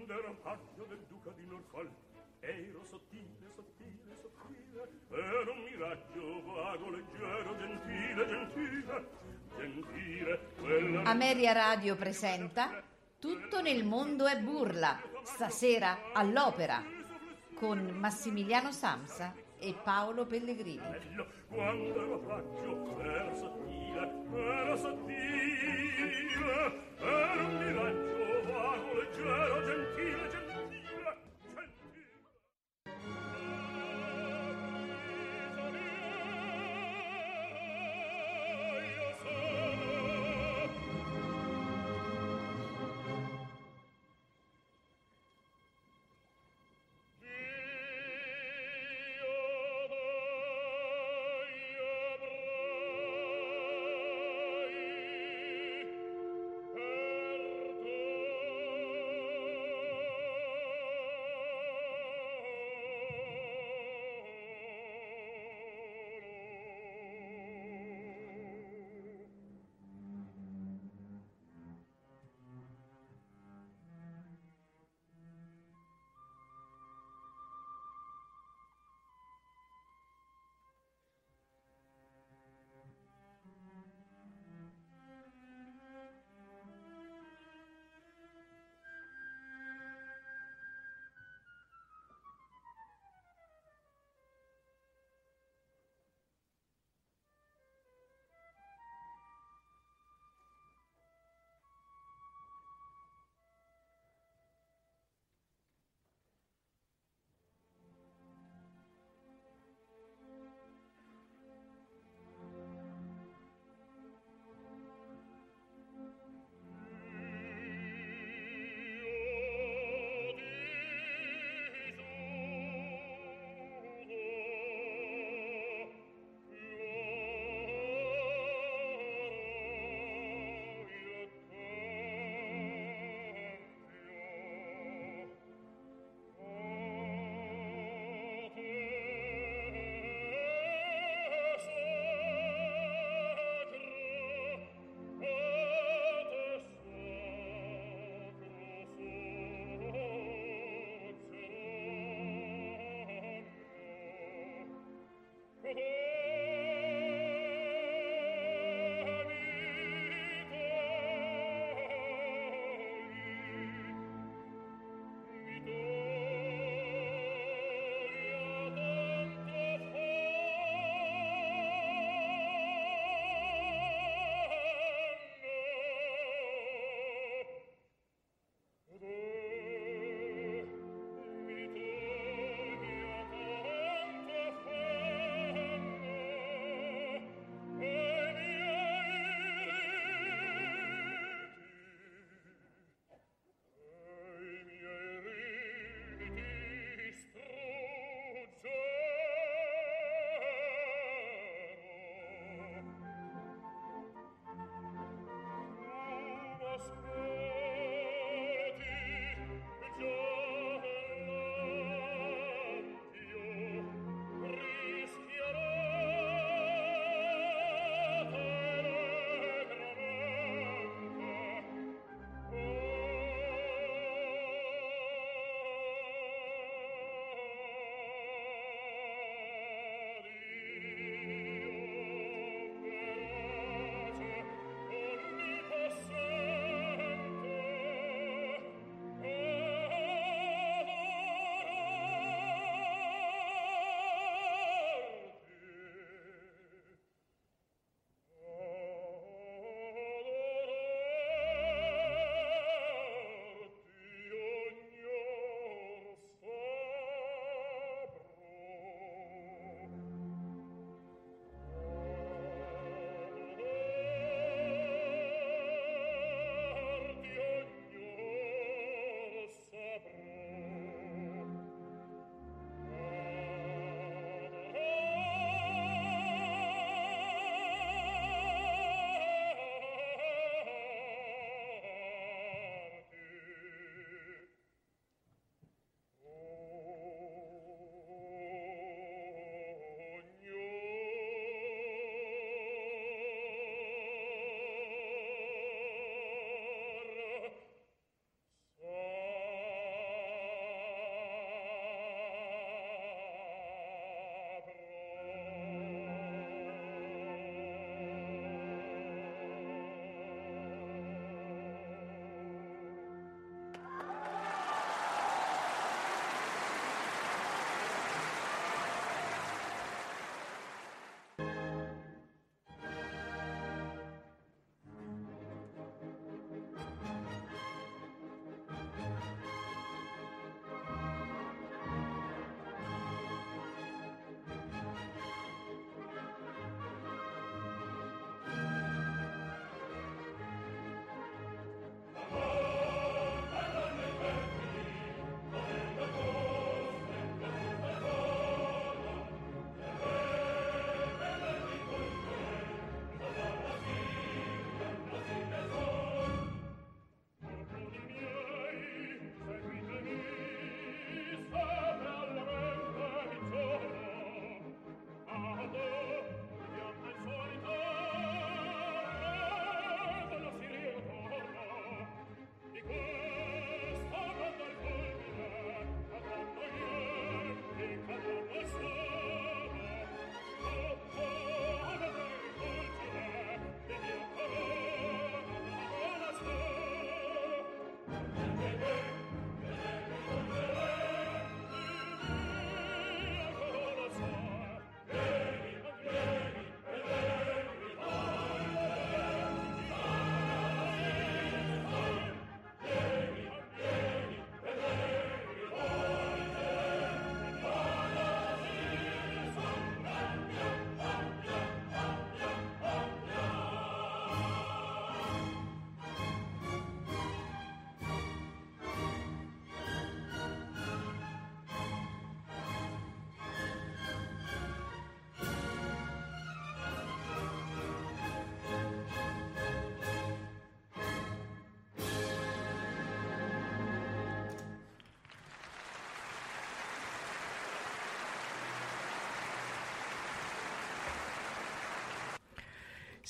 era paggio del duca di Norfolk. Ero sottile, sottile, sottile, ero un miraggio vago, leggero, gentile, gentile, gentile. Quella... Ameria Radio presenta Tutto nel mondo è burla, stasera all'Opera, con Massimiliano Samsa e Paolo Pellegrini. Quando ero paggio era sottile, era un miraggio vago, leggero, gentile, gentile.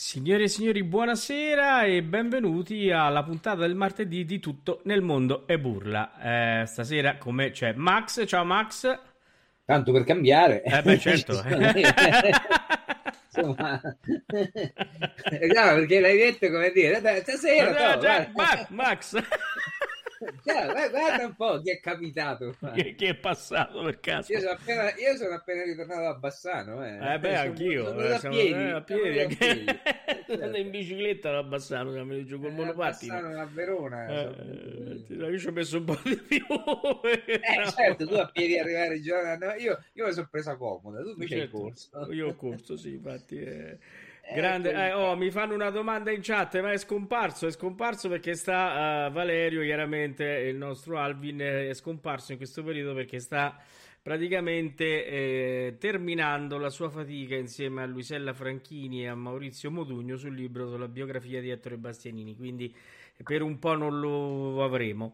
Signore e signori, buonasera e benvenuti alla puntata del martedì di Tutto nel mondo e burla. Stasera con me c'è Max. Ciao Max. Tanto per cambiare. Beh, certo. Insomma, no, perché l'hai detto come dire, stasera, Max. Guarda un po' chi è capitato. Chi è passato per caso? Io sono appena ritornato a Bassano. Anch'io. Sono a piedi. Sono in bicicletta da Bassano, siamo giù col monopattino. Bassano a Verona. Io ci ho messo un po' di più. Certo, tu a piedi arrivare il giorno. No, io mi sono presa comoda, tu invece hai corso. Io ho corso, sì, infatti. Grande, mi fanno una domanda in chat, ma è scomparso perché sta Valerio, chiaramente il nostro Alvin è scomparso in questo periodo perché sta praticamente terminando la sua fatica insieme a Luisella Franchini e a Maurizio Modugno sul libro sulla biografia di Ettore Bastianini, quindi per un po' non lo avremo.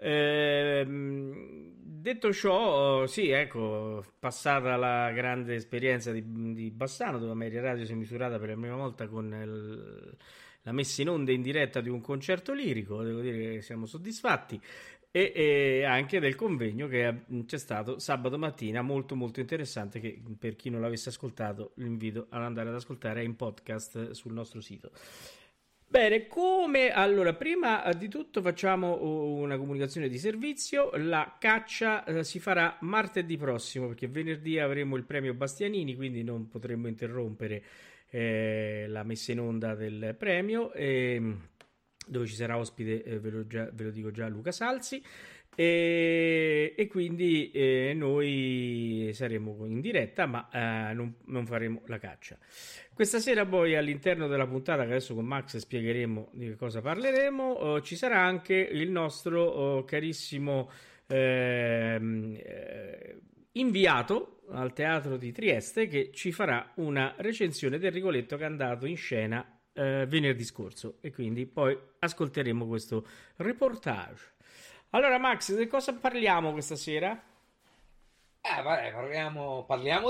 Detto ciò, sì, ecco, passata la grande esperienza di Bassano, dove Ameria Radio si è misurata per la prima volta con la messa in onda in diretta di un concerto lirico, devo dire che siamo soddisfatti, e anche del convegno che c'è stato sabato mattina, molto molto interessante, che per chi non l'avesse ascoltato l'invito ad andare ad ascoltare in podcast sul nostro sito. Bene, allora, prima di tutto facciamo una comunicazione di servizio. La caccia si farà martedì prossimo, perché venerdì avremo il premio Bastianini, quindi non potremmo interrompere la messa in onda del premio, dove ci sarà ospite, ve lo dico già, Luca Salsi. E quindi noi saremo in diretta, ma non faremo la caccia. Questa sera poi all'interno della puntata, che adesso con Max spiegheremo di che cosa parleremo, ci sarà anche il nostro carissimo inviato al Teatro di Trieste, che ci farà una recensione del Rigoletto che è andato in scena venerdì scorso, e quindi poi ascolteremo questo reportage. Allora Max, di cosa parliamo questa sera? Parliamo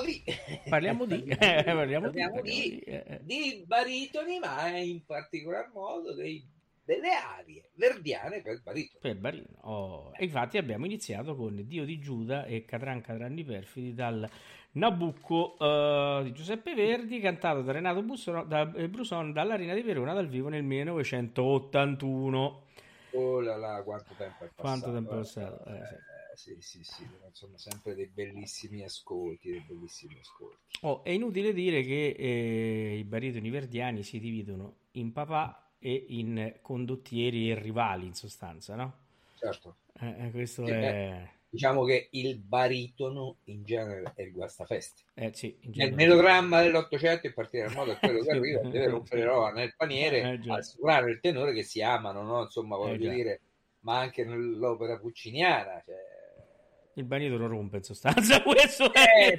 di baritoni, ma in particolar modo delle arie verdiane per baritono. E infatti abbiamo iniziato con Dio di Giuda e Catran Catranni Perfidi dal Nabucco di Giuseppe Verdi, cantato da Renato Bruson dall'Arena di Verona dal vivo nel 1981. Oh là là, quanto tempo è passato? Sì, insomma, sempre dei bellissimi ascolti. È inutile dire che i baritoni verdiani si dividono in papà e in condottieri e rivali, in sostanza, no? Certo. Questo sì, è... Diciamo che il baritono in genere è il guastafeste. Sì, nel melodramma dell'Ottocento, in particolar modo, è quello che arriva, deve rompere roba nel paniere, assicurare il tenore che si amano, no? Insomma, voglio dire, ma anche nell'opera pucciniana, cioè... Il baritono rompe, in sostanza, questo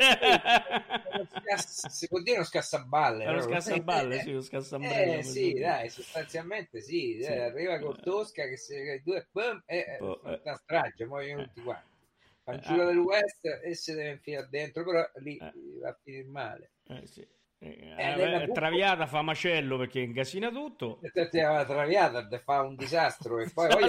si può dire uno scassaballe. È uno scassaballe, sì, uno scassambrello. Sì, dai, sostanzialmente sì. Arriva con Tosca che se due una strage, muoiono tutti quanti. Fanciulla del West e se deve infilare dentro, però lì va a finire male. Sì. Traviata fa macello perché incasina tutto. La Traviata fa un disastro e poi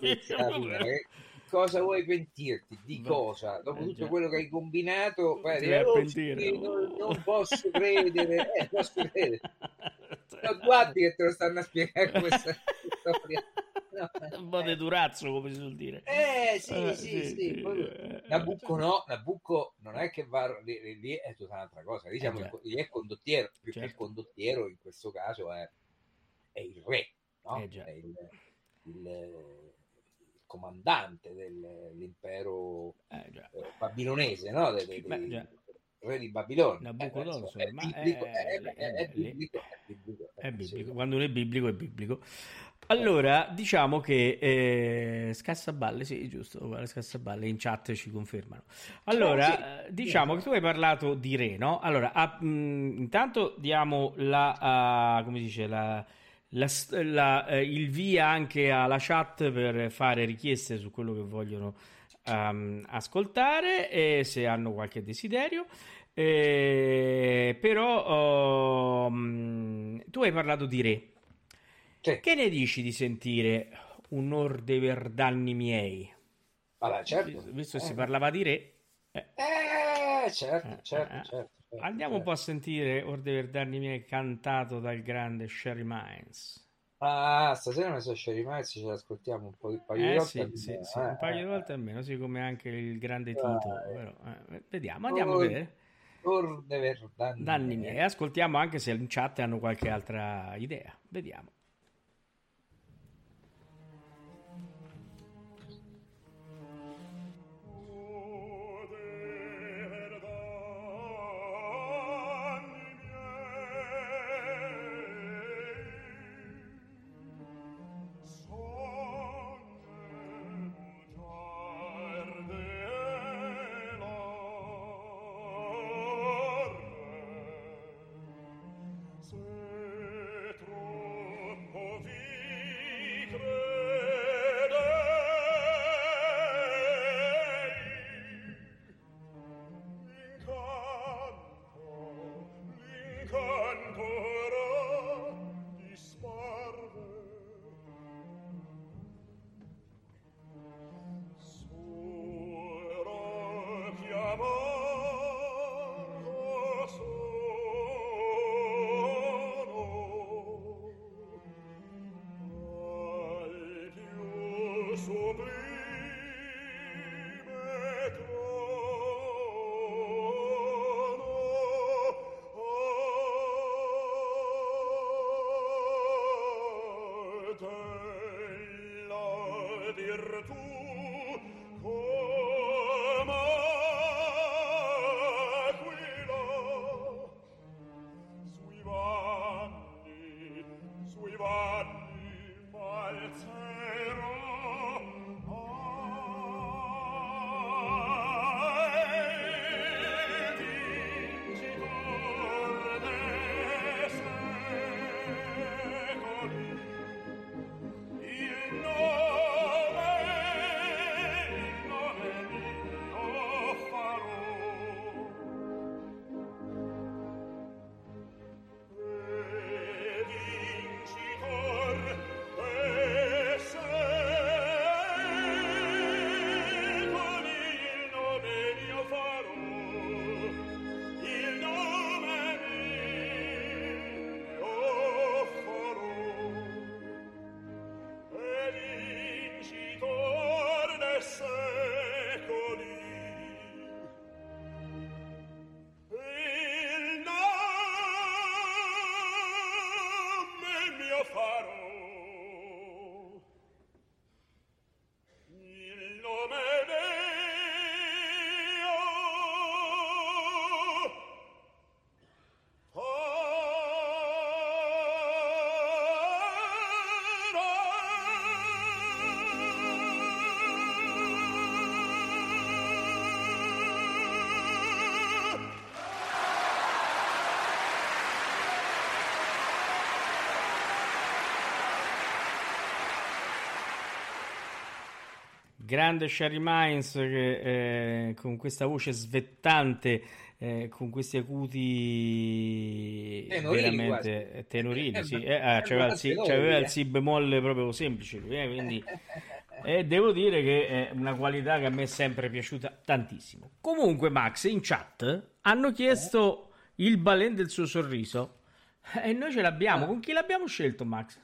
cosa vuoi pentirti? Di cosa? Dopo tutto quello che hai combinato, poi non posso credere. No, guardi che te lo stanno a spiegare questa storia. No. Un po' di durazzo, come si suol dire. Sì. Nabucco non è che va lì è tutta un'altra cosa. Diciamo lì è condottiero, più che il condottiero in questo caso è il re, no? È il comandante dell'impero babilonese, no? Re di Babilonia. Nabucodonosor, è biblico. Quando non è biblico è biblico. Allora, diciamo che Scassaballe, sì, giusto, Scassaballe in chat ci confermano. Allora, diciamo che tu hai parlato di re, no? Allora, intanto diamo come si dice, il via anche alla chat per fare richieste su quello che vogliono ascoltare, e se hanno qualche desiderio. Però tu hai parlato di Re. Sì. Che ne dici di sentire Un'or de verdanni miei? Vabbè, certo. Visto che si parlava di Re. Certo. Andiamo un po' a sentire Or de verdanni miei cantato dal grande Sherry Mines. Stasera mi so Sherry Mines, ce l'ascoltiamo un paio di volte. Sì, un paio di volte almeno, sì, come anche il grande Tito. Però, vediamo, andiamo a vedere. Or de verdanni miei. Ascoltiamo anche se in chat hanno qualche altra idea. Vediamo. Grande Sherry Mines che con questa voce svettante, con questi acuti veramente tenorini, sì. C'aveva il si bemolle proprio semplice, quindi devo dire che è una qualità che a me è sempre piaciuta tantissimo. Comunque Max, in chat hanno chiesto il Balen del suo sorriso e noi ce l'abbiamo. Con chi l'abbiamo scelto, Max?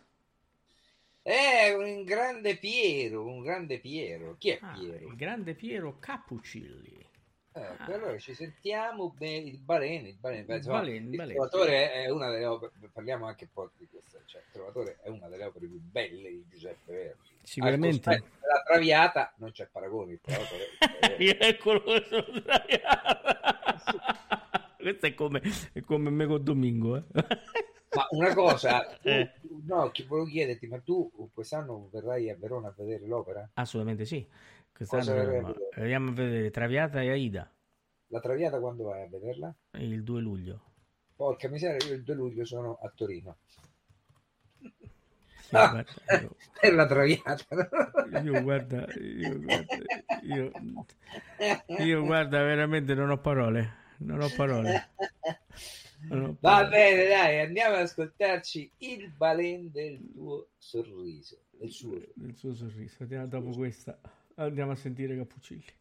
Un grande Piero. Chi è Piero? Il grande Piero Capuccilli. Allora ci sentiamo il Balen. Il Trovatore è una delle opere, parliamo anche un po' di questo, cioè, il Trovatore è una delle opere più belle di Giuseppe Verdi. Sicuramente. La Traviata non c'è paragone, il Trovatore. Eccolo, sono Traviata. Questo è come me con Domingo, Ma una cosa, no, volevo chiederti, ma tu quest'anno verrai a Verona a vedere l'opera? Assolutamente sì. Quest'anno andiamo a vedere Traviata e Aida. La Traviata quando vai a vederla? Il 2 luglio. Porca miseria, io il 2 luglio sono a Torino. Sì, guarda, per la Traviata. Io guarda, veramente non ho parole. Non ho parole. Va bene, dai, andiamo ad ascoltarci il Balen del tuo sorriso. Del suo sorriso. Dopo questa andiamo a sentire Cappuccilli.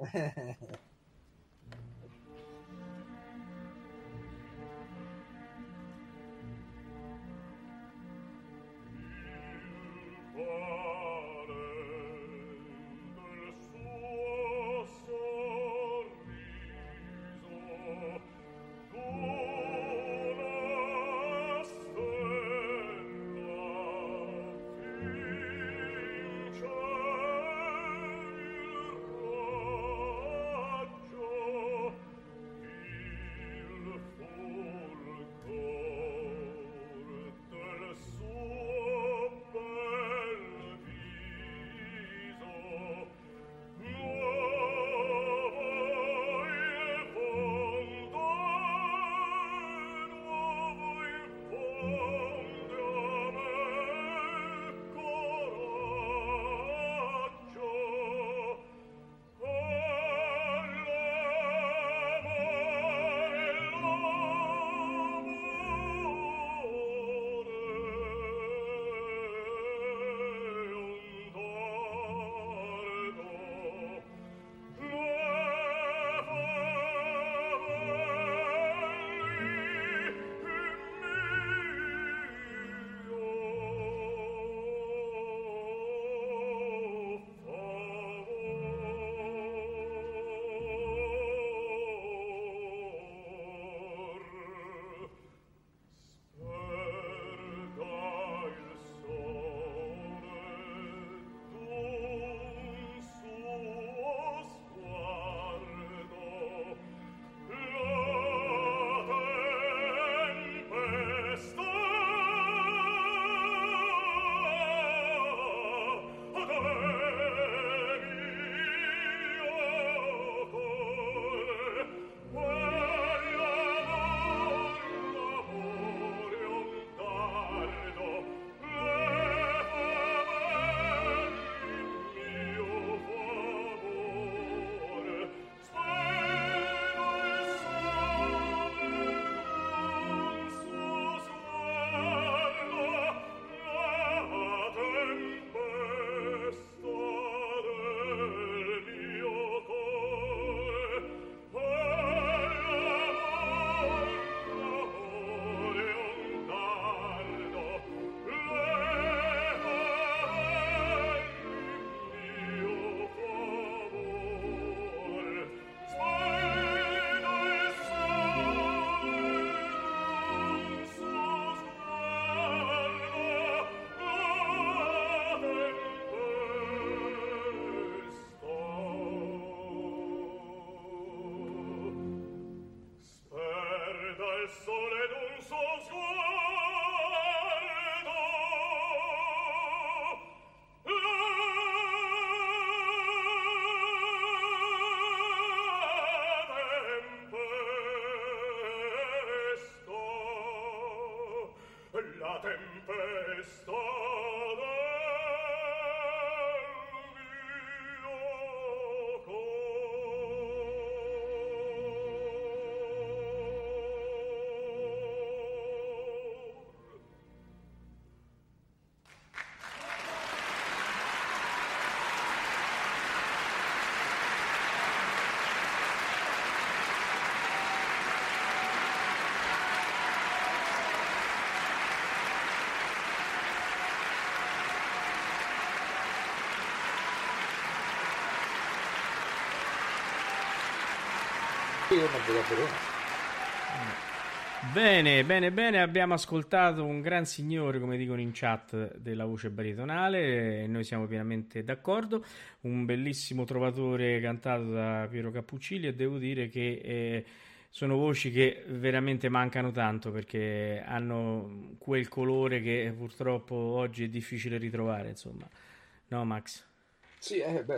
Bene, abbiamo ascoltato un gran signore, come dicono in chat, della voce baritonale, e noi siamo pienamente d'accordo, un bellissimo trovatore cantato da Piero Cappuccilli, e devo dire che sono voci che veramente mancano tanto, perché hanno quel colore che purtroppo oggi è difficile ritrovare, insomma. No, Max? Sì,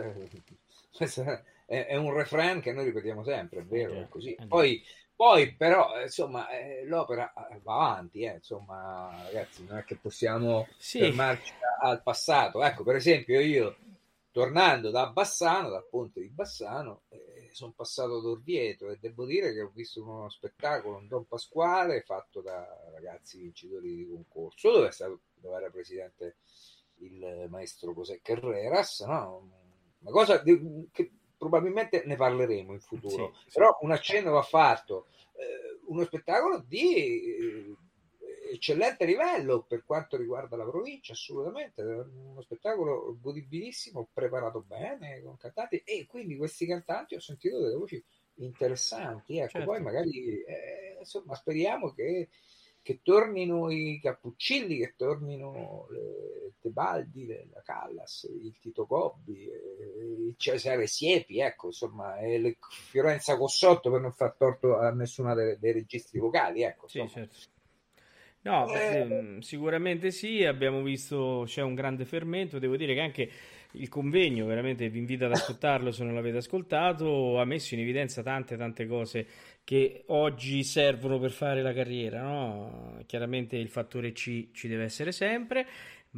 è un refrain che noi ripetiamo sempre, è vero, è così. Poi però, insomma, l'opera va avanti, insomma, ragazzi, non è che possiamo fermarci al passato. Ecco, per esempio, io, tornando da Bassano, dal ponte di Bassano, sono passato ad Orvieto e devo dire che ho visto uno spettacolo, un Don Pasquale, fatto da ragazzi vincitori di concorso, dove era presidente il maestro José Carreras, no? Una cosa che probabilmente ne parleremo in futuro, sì. Però un accenno va fatto. Uno spettacolo di eccellente livello per quanto riguarda la provincia, assolutamente, uno spettacolo godibilissimo, preparato bene, con cantanti, e quindi questi cantanti ho sentito delle voci interessanti, ecco. Certo. Poi magari insomma speriamo che tornino i Cappuccilli, che tornino le Tebaldi, la Callas, il Tito Gobbi, il Cesare Siepi, ecco, insomma, e Fiorenza Cossotto, per non far torto a nessuna dei registri vocali, ecco. Sì, certo. No, sicuramente sì, abbiamo visto c'è un grande fermento, devo dire che anche il convegno, veramente vi invito ad ascoltarlo se non l'avete ascoltato, ha messo in evidenza tante cose che oggi servono per fare la carriera, no? Chiaramente il fattore C ci deve essere sempre,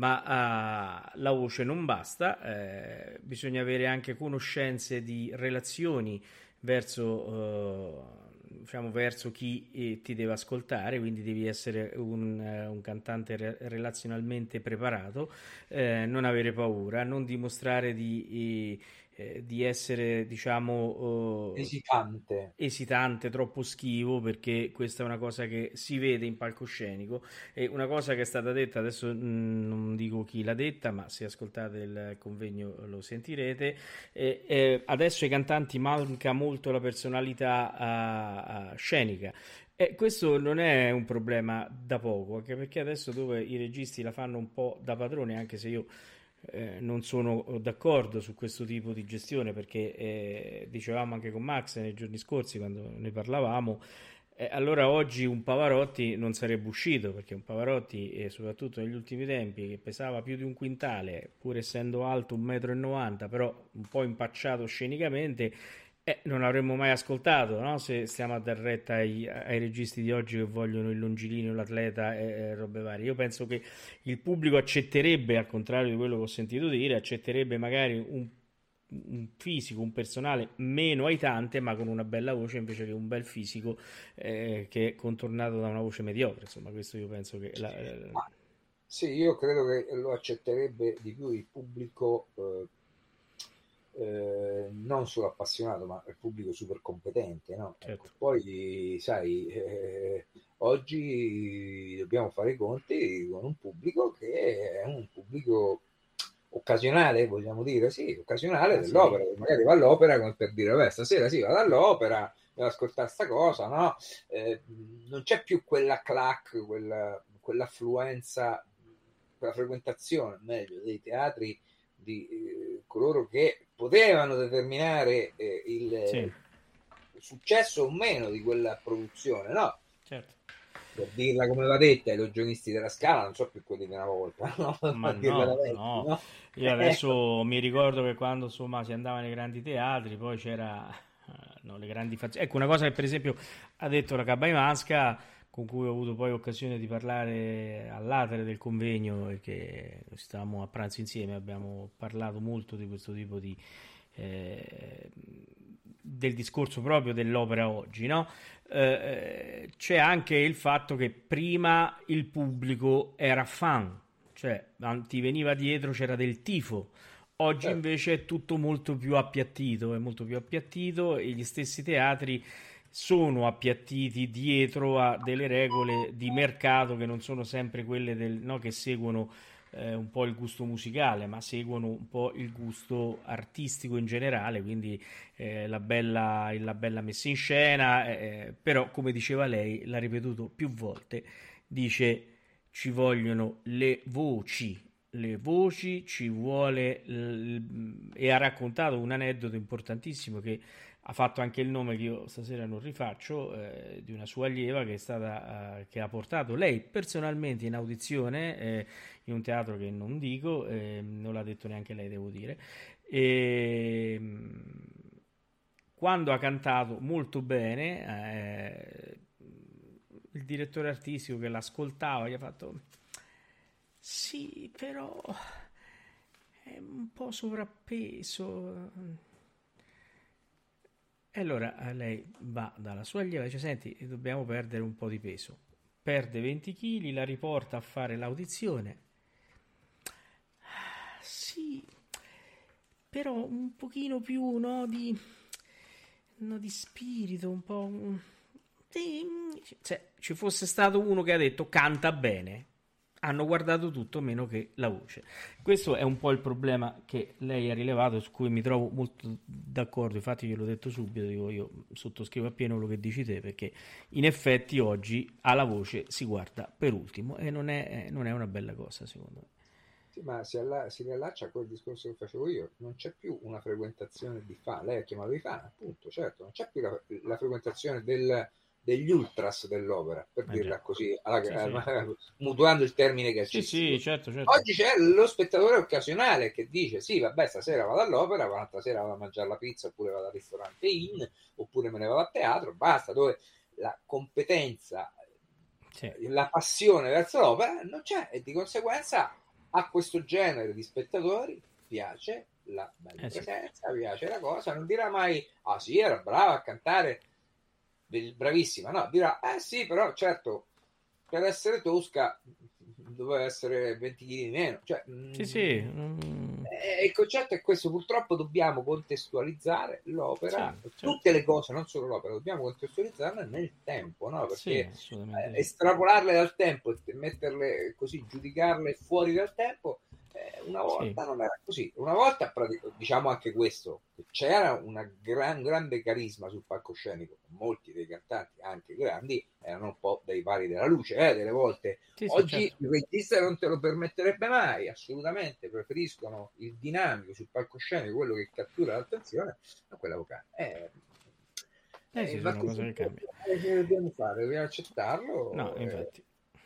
ma la voce non basta, bisogna avere anche conoscenze di relazioni verso chi ti deve ascoltare, quindi devi essere un cantante relazionalmente preparato, non avere paura, non dimostrare di essere, diciamo, esitante, troppo schivo, perché questa è una cosa che si vede in palcoscenico. E una cosa che è stata detta, adesso non dico chi l'ha detta, ma se ascoltate il convegno lo sentirete, adesso ai cantanti manca molto la personalità scenica. E questo non è un problema da poco, anche perché adesso dove i registi la fanno un po' da padrone, anche se io non sono d'accordo su questo tipo di gestione, perché dicevamo anche con Max nei giorni scorsi quando ne parlavamo, allora oggi un Pavarotti non sarebbe uscito, perché un Pavarotti, soprattutto negli ultimi tempi, che pesava più di un quintale, pur essendo alto 1,90 m, però un po' impacciato scenicamente, non avremmo mai ascoltato, no? Se stiamo a dar retta ai registi di oggi che vogliono il longilineo, l'atleta e robe varie. Io penso che il pubblico accetterebbe, al contrario di quello che ho sentito dire, accetterebbe magari un fisico, un personale meno aitante, ma con una bella voce, invece che un bel fisico che è contornato da una voce mediocre. Insomma, questo io penso che sì, io credo che lo accetterebbe di più il pubblico, non solo appassionato, ma il pubblico super competente, no? Certo. Ecco, poi sai, oggi dobbiamo fare i conti con un pubblico che è un pubblico occasionale, vogliamo dire, sì, occasionale dell'opera, sì. Magari va all'opera come per dire, vabbè, stasera sì, vado all'opera, devo ascoltare sta cosa, no? Non c'è più quella clac, quell'affluenza, quella frequentazione, meglio, dei teatri di coloro che potevano determinare il successo o meno di quella produzione, no? Certo. Per dirla come va detta, i logionisti della Scala non so più quelli di una volta, no? Ma no. Io adesso mi ricordo che quando insomma si andava nei grandi teatri, poi c'era le grandi fazioni. Ecco, una cosa che per esempio ha detto la Cabaimasca, con cui ho avuto poi occasione di parlare all'atere del convegno, perché stavamo a pranzo insieme, abbiamo parlato molto di questo tipo di del discorso proprio dell'opera oggi, no? C'è anche il fatto che prima il pubblico era fan, cioè ti veniva dietro, c'era del tifo. Oggi invece è tutto molto più appiattito, e gli stessi teatri sono appiattiti dietro a delle regole di mercato che non sono sempre quelle che seguono un po' il gusto musicale, ma seguono un po' il gusto artistico in generale, quindi la bella messa in scena, però come diceva lei, l'ha ripetuto più volte, dice ci vogliono le voci, ci vuole e ha raccontato un aneddoto importantissimo che ha fatto anche il nome che io stasera non rifaccio, di una sua allieva che è stata che ha portato lei personalmente in audizione in un teatro che non dico, non l'ha detto neanche lei, devo dire, e quando ha cantato molto bene, il direttore artistico che l'ascoltava gli ha fatto sì, però è un po' sovrappeso. E allora lei va dalla sua allieva e dice: senti, dobbiamo perdere un po' di peso. Perde 20 kg, la riporta a fare l'audizione. Sì, però un pochino più, no, di spirito, un po'. Se ci fosse stato uno che ha detto canta bene, hanno guardato tutto meno che la voce. Questo è un po' il problema che lei ha rilevato, su cui mi trovo molto d'accordo. Infatti gliel'ho detto subito, dico, io sottoscrivo appieno quello che dici te, perché in effetti oggi alla voce si guarda per ultimo e non è una bella cosa, secondo me. Sì, ma si riallaccia a quel discorso che facevo io, non c'è più una frequentazione di fan, lei ha chiamato i fan, appunto, certo, non c'è più la frequentazione degli ultras dell'opera, per dirla così, mutuando il termine calcistico. Sì, certo. Oggi c'è lo spettatore occasionale che dice: sì, vabbè, stasera vado all'opera, l'altra sera vado a mangiare la pizza, oppure vado al ristorante oppure me ne vado a teatro, basta, dove la competenza, la passione verso l'opera non c'è, e di conseguenza a questo genere di spettatori piace la bella presenza, piace la cosa, non dirà mai: ah sì, era brava a cantare, bravissima, no, dirà: sì, però certo, per essere tosca doveva essere 20 kg di meno, cioè, il concetto è questo. Purtroppo dobbiamo contestualizzare l'opera, tutte le cose, non solo l'opera, dobbiamo contestualizzarle nel tempo, no? Perché estrapolarle dal tempo e metterle così, giudicarle fuori dal tempo, una volta non era così. Una volta, diciamo anche questo, c'era una grande carisma sul palcoscenico, molti dei cantanti, anche grandi, erano un po' dei pari della luce, delle volte. Oggi il regista non te lo permetterebbe mai, assolutamente, preferiscono il dinamico sul palcoscenico, quello che cattura l'attenzione, a quella vocale. Sono cose che cambiano. Che dobbiamo fare? Dobbiamo accettarlo. No, infatti.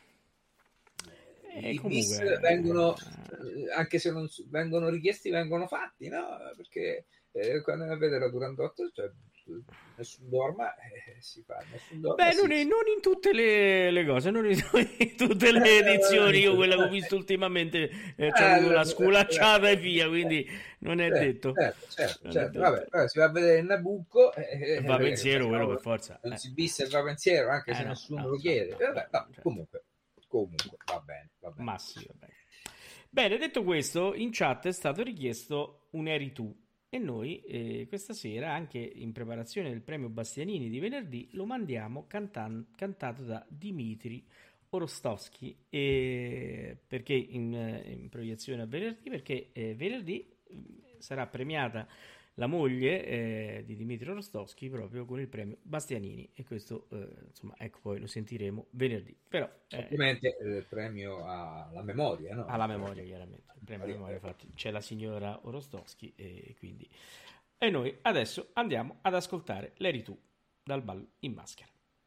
I bis vengono, anche se non vengono richiesti, vengono fatti, no? Perché quando vede la Turandot, cioè, nessun dorma, si fa. Nessun dorma, non in tutte le cose, non in tutte le edizioni. Io quella che ho visto ultimamente c'è la sculacciata e via, quindi non è detto. Certo. Vabbè, si va a vedere il Nabucco, va pensiero quello per forza. Non si bis e va pensiero, anche se nessuno lo chiede. Comunque va bene. Ma sì, va bene. Bene, detto questo, in chat è stato richiesto un Eri tu, e noi questa sera, anche in preparazione del premio Bastianini di venerdì, lo mandiamo cantato da Dmitri Orostovsky, perché in proiezione a venerdì, perché venerdì sarà premiata la moglie di Dmitri Rostovsky proprio con il premio Bastianini, e questo insomma, ecco, poi lo sentiremo venerdì. Però ovviamente il premio alla memoria, no? Alla memoria, chiaramente. Il premio alla memoria, infatti c'è la signora Rostovsky, e noi adesso andiamo ad ascoltare l'Eri tu dal ballo in maschera.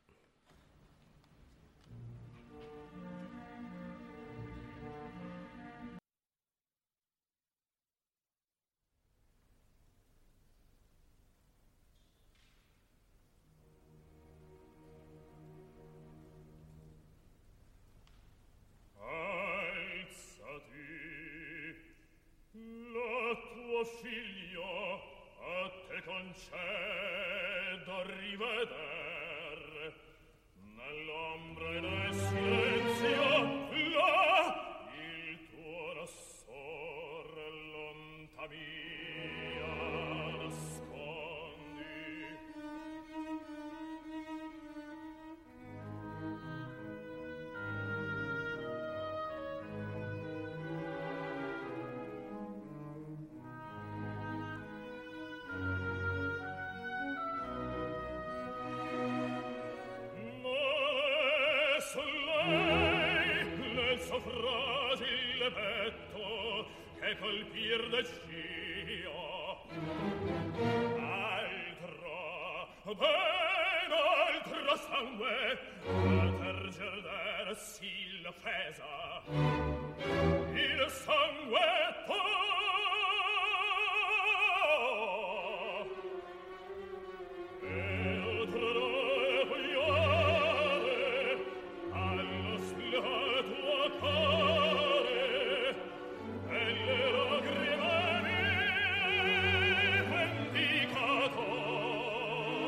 Figlio a te concedo riveder nell'ombra e nel silenzio là il tuo rossor lonta mia nascondi. Fragile petto che colpir descia ben altro sangue a terger dersi l'offesa il sangue vendicato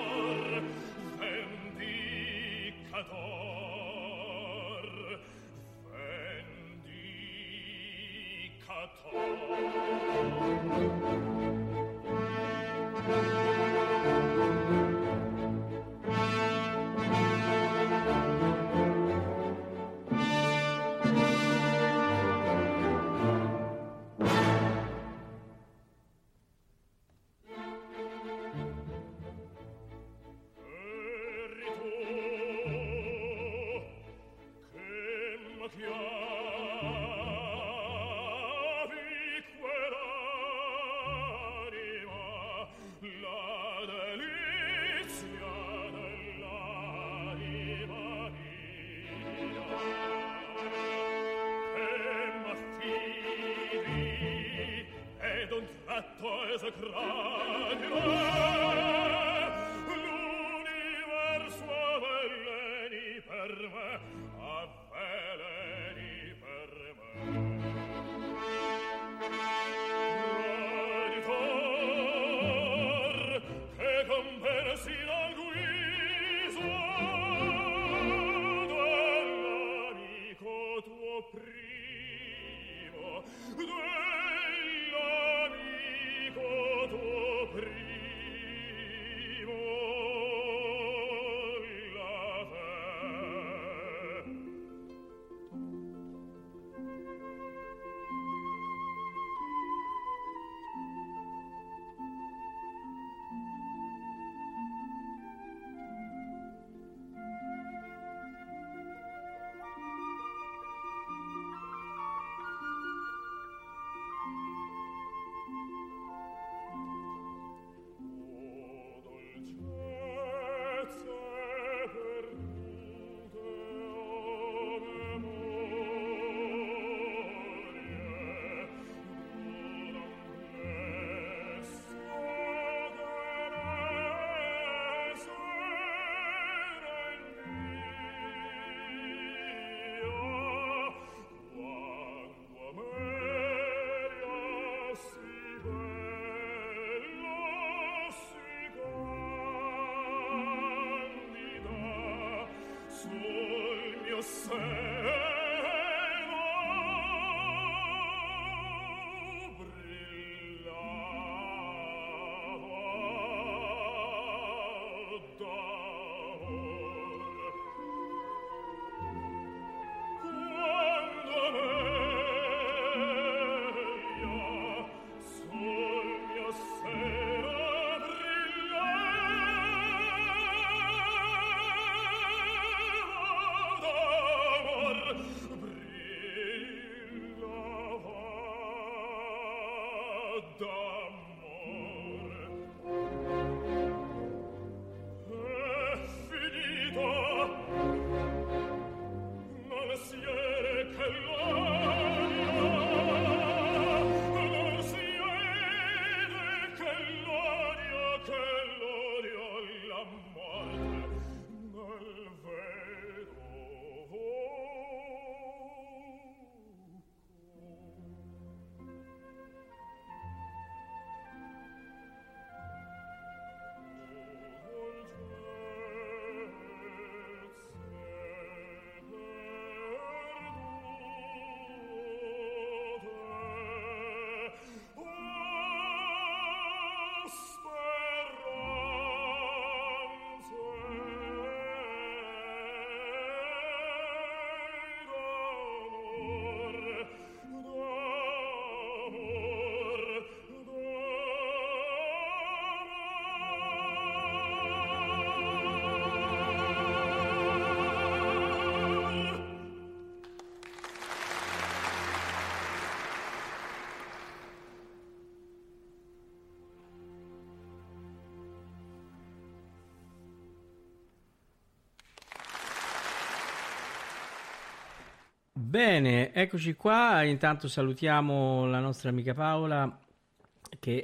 Bene, eccoci qua. Intanto salutiamo la nostra amica Paola che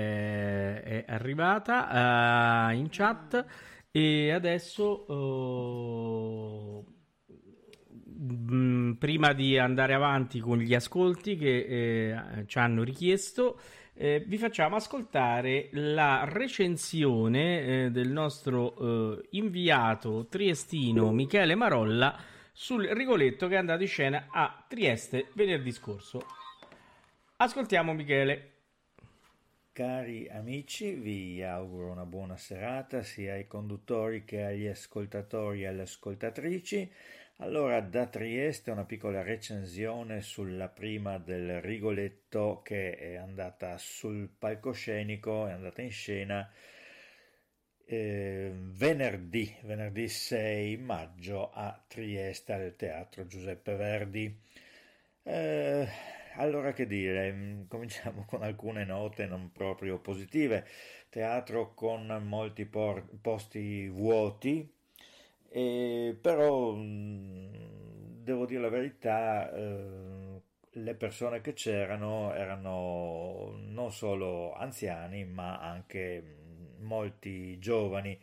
è arrivata in chat e adesso prima di andare avanti con gli ascolti che ci hanno richiesto, vi facciamo ascoltare la recensione del nostro inviato triestino Michele Marolla sul Rigoletto che è andato in scena a Trieste venerdì scorso. Ascoltiamo Michele. Cari amici, vi auguro una buona serata sia ai conduttori che agli ascoltatori e alle ascoltatrici. Allora, da Trieste una piccola recensione sulla prima del Rigoletto, che è andata sul palcoscenico, è andata in scena venerdì 6 maggio a Trieste al Teatro Giuseppe Verdi. Allora, che dire, cominciamo con alcune note non proprio positive. Teatro con molti posti vuoti, però devo dire la verità, le persone che c'erano erano non solo anziani ma anche molti giovani.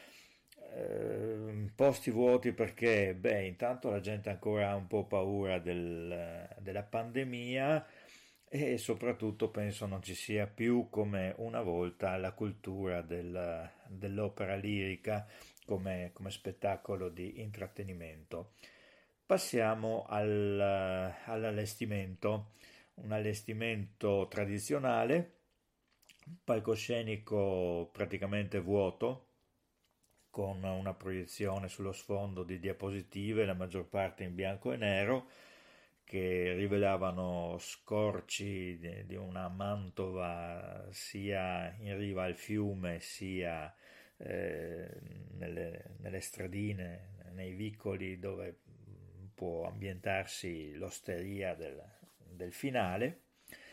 Posti vuoti perché, beh, intanto la gente ancora ha un po' paura della pandemia e soprattutto penso non ci sia più come una volta la cultura dell'opera lirica come spettacolo di intrattenimento. Passiamo all'allestimento, un allestimento tradizionale, palcoscenico praticamente vuoto, con una proiezione sullo sfondo di diapositive, la maggior parte in bianco e nero, che rivelavano scorci di una Mantova sia in riva al fiume sia nelle stradine, nei vicoli dove può ambientarsi l'osteria del finale,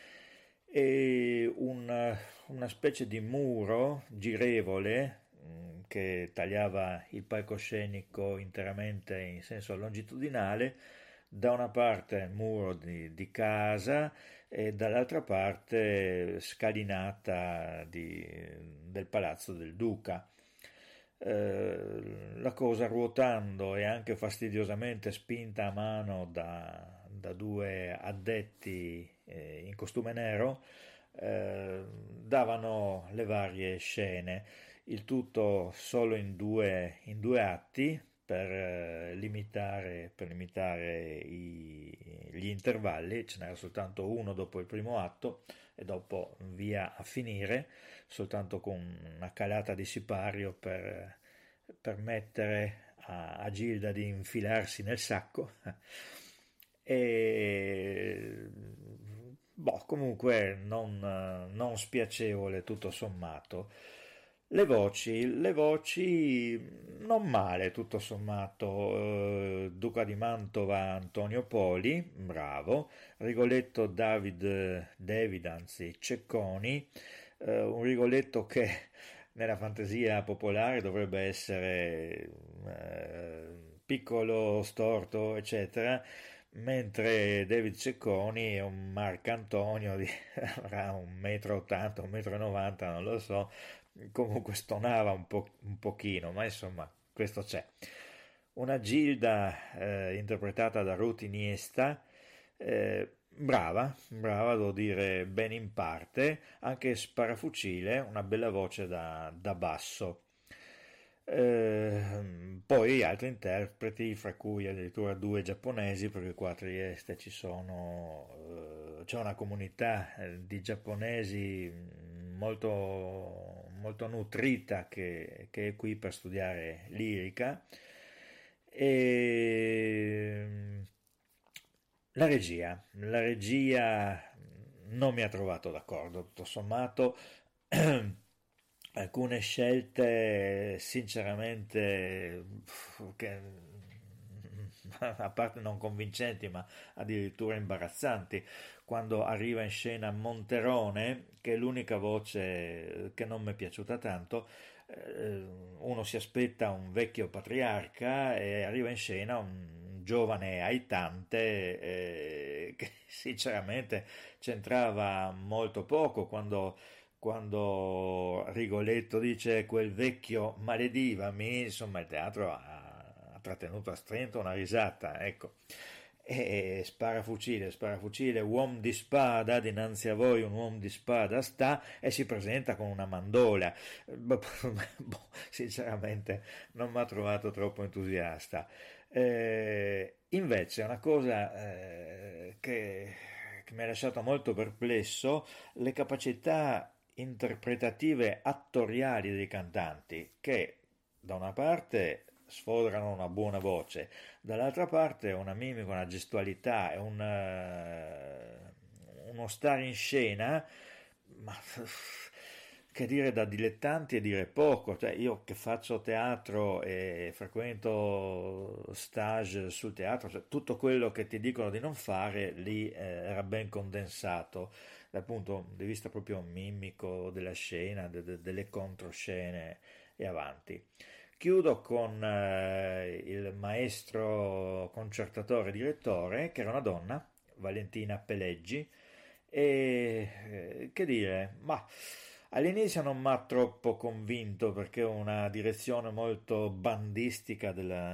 e una specie di muro girevole che tagliava il palcoscenico interamente in senso longitudinale, da una parte muro di casa e dall'altra parte scalinata del Palazzo del Duca. La cosa, ruotando e anche fastidiosamente spinta a mano da due addetti in costume nero, davano le varie scene. Il tutto solo in due atti per limitare gli intervalli. Ce n'era soltanto uno dopo il primo atto e dopo via a finire, soltanto con una calata di sipario per permettere a Gilda di infilarsi nel sacco. E comunque non spiacevole tutto sommato. Le voci non male tutto sommato. Duca di Mantova Antonio Poli, bravo. Rigoletto David anzi Cecconi, un Rigoletto che nella fantasia popolare dovrebbe essere piccolo, storto, eccetera, mentre David Cecconi è un Marcantonio avrà 1,80 m, 1,90 m, non lo so, comunque stonava un pochino, ma insomma questo c'è. Una Gilda interpretata da Ruth Iniesta, brava, devo dire, ben in parte, anche sparafucile, una bella voce da basso. Poi altri interpreti, fra cui addirittura 2 giapponesi, perché qua a Trieste c'è una comunità di giapponesi molto, molto nutrita che è qui per studiare lirica. E la regia non mi ha trovato d'accordo, tutto sommato. Alcune scelte sinceramente che, a parte non convincenti ma addirittura imbarazzanti, quando arriva in scena Monterone, che è l'unica voce che non mi è piaciuta tanto. Uno si aspetta un vecchio patriarca e arriva in scena un giovane aitante che sinceramente c'entrava molto poco. Quando Rigoletto dice quel vecchio maledivami, insomma il teatro ha trattenuto a stento una risata, ecco. E sparafucile, uomo di spada, dinanzi a voi un uomo di spada sta, e si presenta con una mandola. Sinceramente non mi ha trovato troppo entusiasta. Invece una cosa che che mi ha lasciato molto perplesso, le capacità interpretative attoriali dei cantanti, che da una parte sfoderano una buona voce, dall'altra parte una mimica, una gestualità e uno stare in scena, ma che dire, da dilettanti e dire poco. Cioè, io che faccio teatro e frequento stage sul teatro, cioè, tutto quello che ti dicono di non fare lì era ben condensato dal punto di vista proprio mimico della scena, delle controscene e avanti. Chiudo con il maestro concertatore direttore, che era una donna, Valentina Peleggi, e che dire, ma all'inizio non mi ha troppo convinto perché è una direzione molto bandistica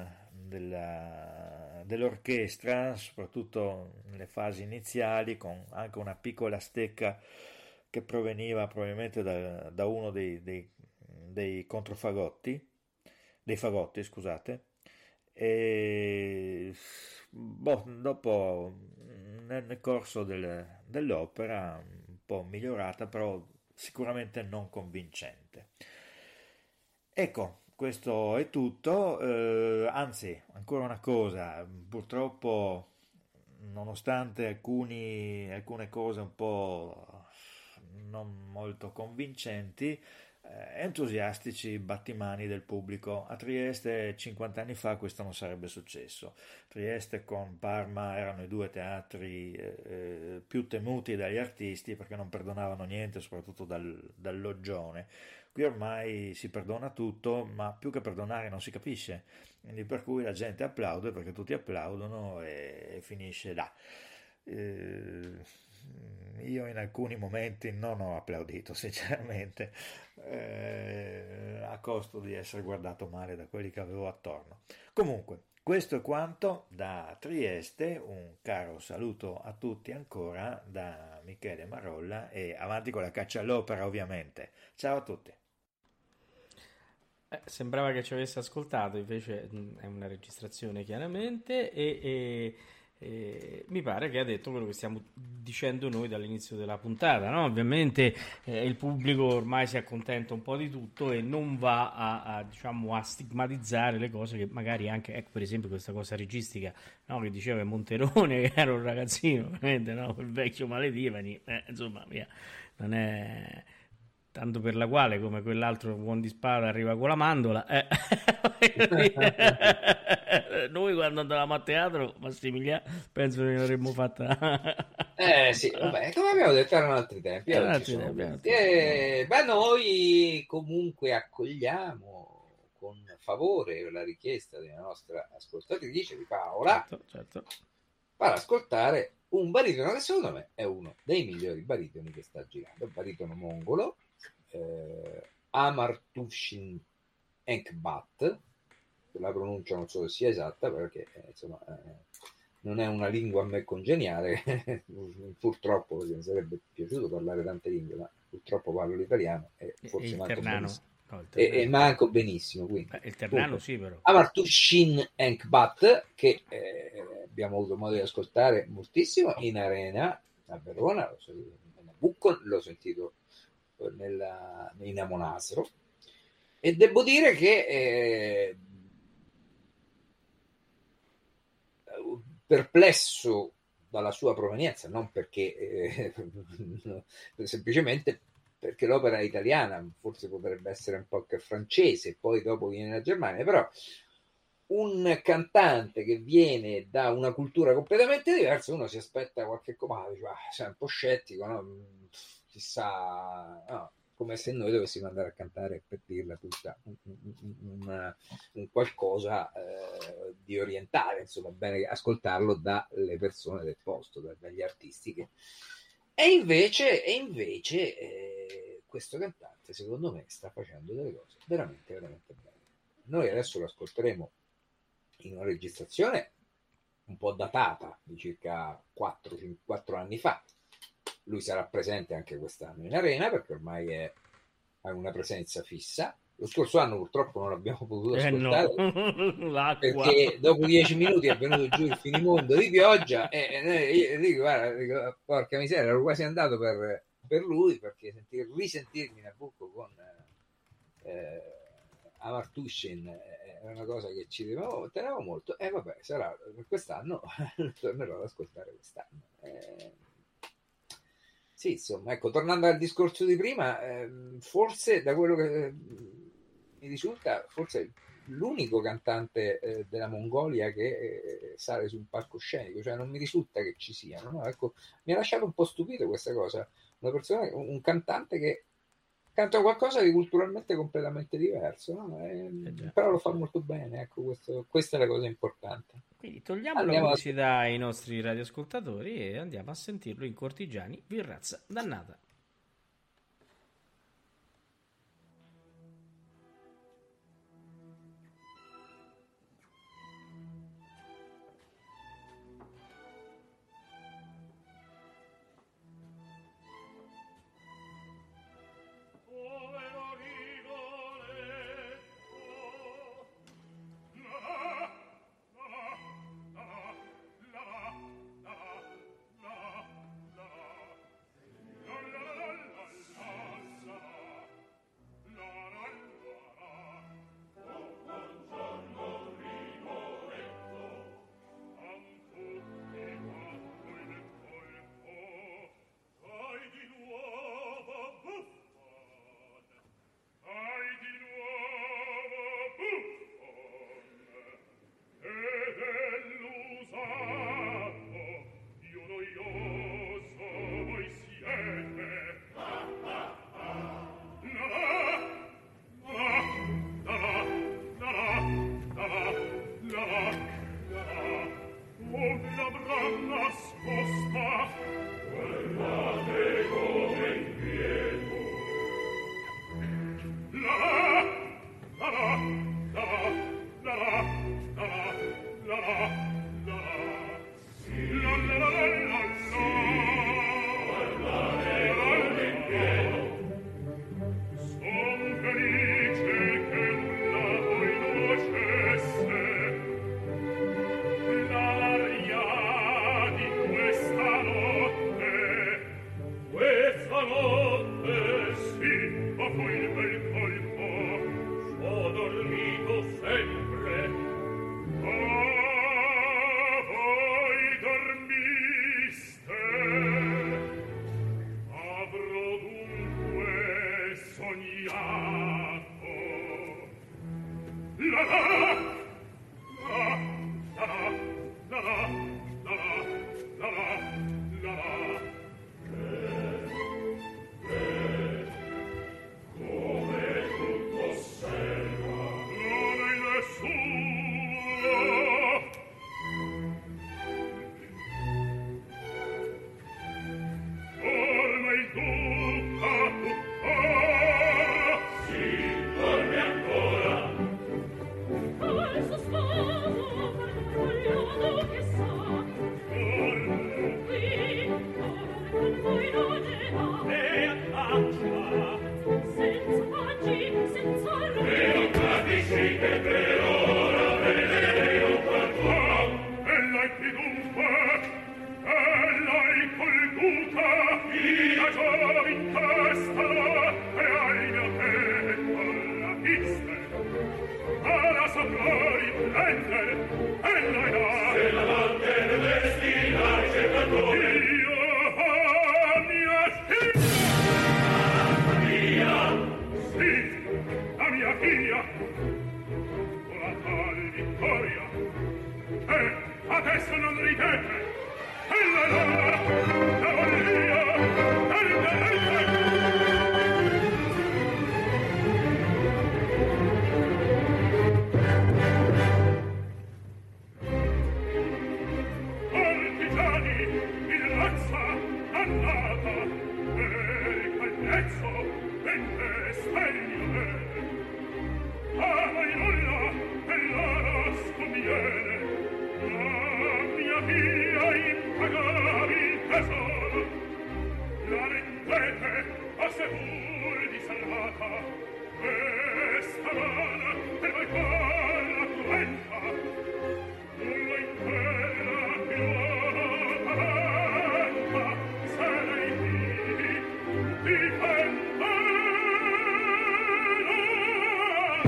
dell'orchestra, soprattutto nelle fasi iniziali, con anche una piccola stecca che proveniva probabilmente da uno dei controfagotti, dei fagotti, scusate, e dopo nel corso dell'opera un po' migliorata, però sicuramente non convincente. Ecco, questo è tutto, anzi, ancora una cosa, purtroppo nonostante alcune cose un po' non molto convincenti, entusiastici battimani del pubblico. A Trieste 50 anni fa questo non sarebbe successo. Trieste con Parma erano i due teatri più temuti dagli artisti perché non perdonavano niente, soprattutto dal loggione. Qui ormai si perdona tutto, ma più che perdonare non si capisce, quindi per cui la gente applaude perché tutti applaudono e finisce là. Io in alcuni momenti non ho applaudito sinceramente, a costo di essere guardato male da quelli che avevo attorno. Comunque, questo è quanto da Trieste, un caro saluto a tutti ancora da Michele Marolla e avanti con la caccia all'opera ovviamente. Ciao a tutti. Sembrava che ci avesse ascoltato, invece è una registrazione chiaramente e mi pare che ha detto quello che stiamo dicendo noi dall'inizio della puntata, no? Ovviamente il pubblico ormai si accontenta un po' di tutto e non va diciamo, a stigmatizzare le cose che magari anche, ecco per esempio questa cosa registica, no? Che diceva che Monterone che era un ragazzino, veramente, no? Quel vecchio Maledivani, insomma via, non è tanto per la quale come quell'altro buon di spada arriva con la mandola. Noi quando andavamo a teatro, Massimiliano, penso che ne avremmo fatta. Sì, vabbè, come abbiamo detto erano altri tempi. Noi comunque accogliamo con favore la richiesta della nostra ascoltatrice di Paola, certo. per ascoltare un baritono che secondo me è uno dei migliori baritoni che sta girando, un baritono mongolo, Amartushin Enkbat, la pronuncia non so se sia esatta perché insomma non è una lingua a me congeniale purtroppo, perché mi sarebbe piaciuto parlare tante lingue, ma purtroppo parlo l'italiano e forse manco benissimo. E manco benissimo, quindi il ternano sì, però Amartushin Enkbat, che abbiamo avuto modo di ascoltare moltissimo in arena a Verona, l'ho sentito in Amonasro, e devo dire che perplesso dalla sua provenienza, non perché semplicemente perché l'opera è italiana, forse potrebbe essere un po' che francese, poi dopo viene la Germania, però un cantante che viene da una cultura completamente diversa, uno si aspetta qualche comando, dice, sei un po' scettico, no? Chissà, no, come se noi dovessimo andare a cantare, per dirla tutta, un qualcosa di orientale, insomma, bene ascoltarlo dalle persone del posto, dagli artisti che... E invece questo cantante, secondo me, sta facendo delle cose veramente, veramente belle. Noi adesso lo ascolteremo in una registrazione un po' datata, di circa 4 anni fa. Lui sarà presente anche quest'anno in arena perché ormai ha una presenza fissa. Lo scorso anno purtroppo non l'abbiamo potuto ascoltare no. perché dopo 10 minuti è venuto giù il finimondo di pioggia e dico, guarda, porca miseria, ero quasi andato per lui, perché risentirmi Nabucco con Amartushin è una cosa che ci tenevo molto, e vabbè, sarà per quest'anno, tornerò ad ascoltare quest'anno. Sì, insomma, ecco, tornando al discorso di prima, forse da quello che mi risulta, forse l'unico cantante della Mongolia che sale su un palcoscenico, cioè non mi risulta che ci siano, no? Ecco, mi ha lasciato un po' stupito questa cosa, un cantante che canta qualcosa di culturalmente completamente diverso, no? Però lo fa molto bene, ecco, questa è la cosa importante. Quindi togliamo la pubblicità ai nostri radioascoltatori e andiamo a sentirlo in Cortigiani, Virrazza dannata.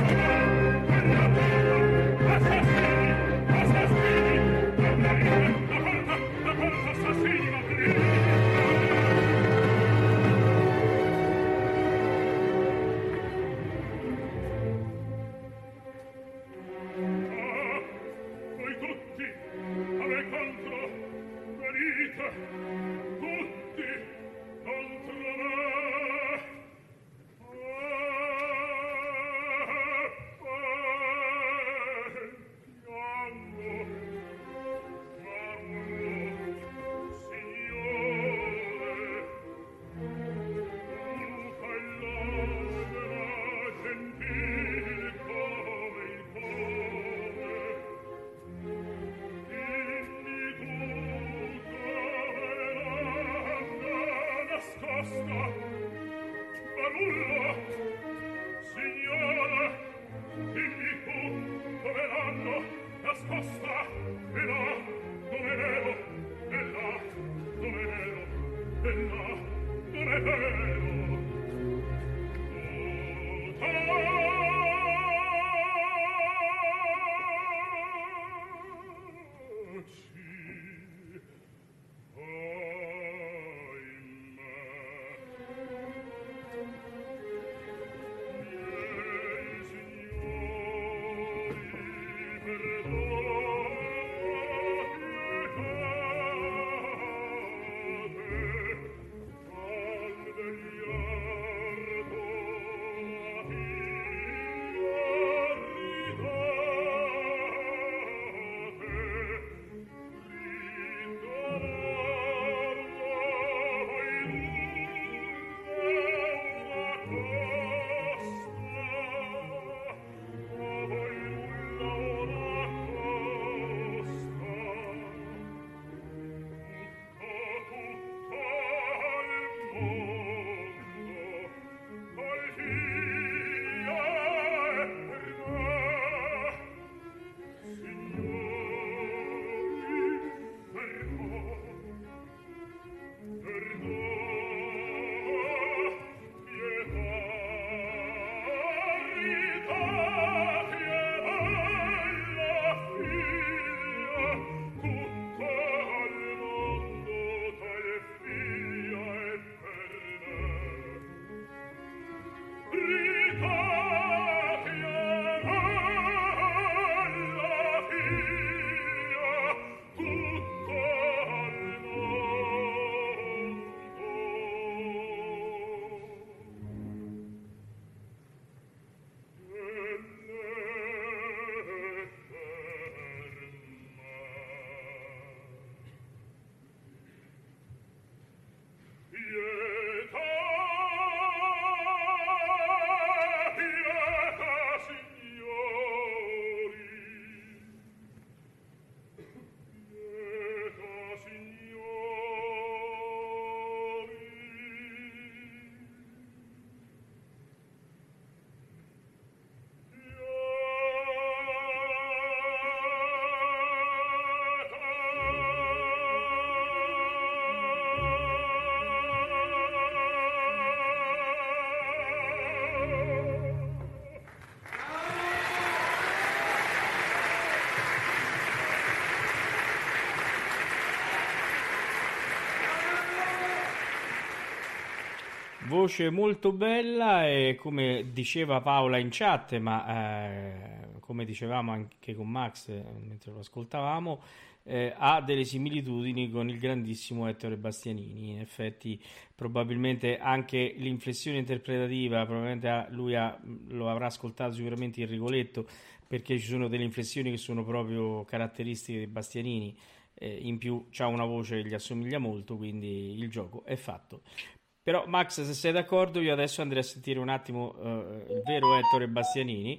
Voce molto bella e come diceva Paola in chat, ma come dicevamo anche con Max mentre lo ascoltavamo, ha delle similitudini con il grandissimo Ettore Bastianini. In effetti probabilmente anche l'inflessione interpretativa, probabilmente lo avrà ascoltato sicuramente in Rigoletto, perché ci sono delle inflessioni che sono proprio caratteristiche di Bastianini, in più c'ha una voce che gli assomiglia molto, quindi il gioco è fatto. Però Max, se sei d'accordo, io adesso andrei a sentire un attimo il vero Ettore Bastianini,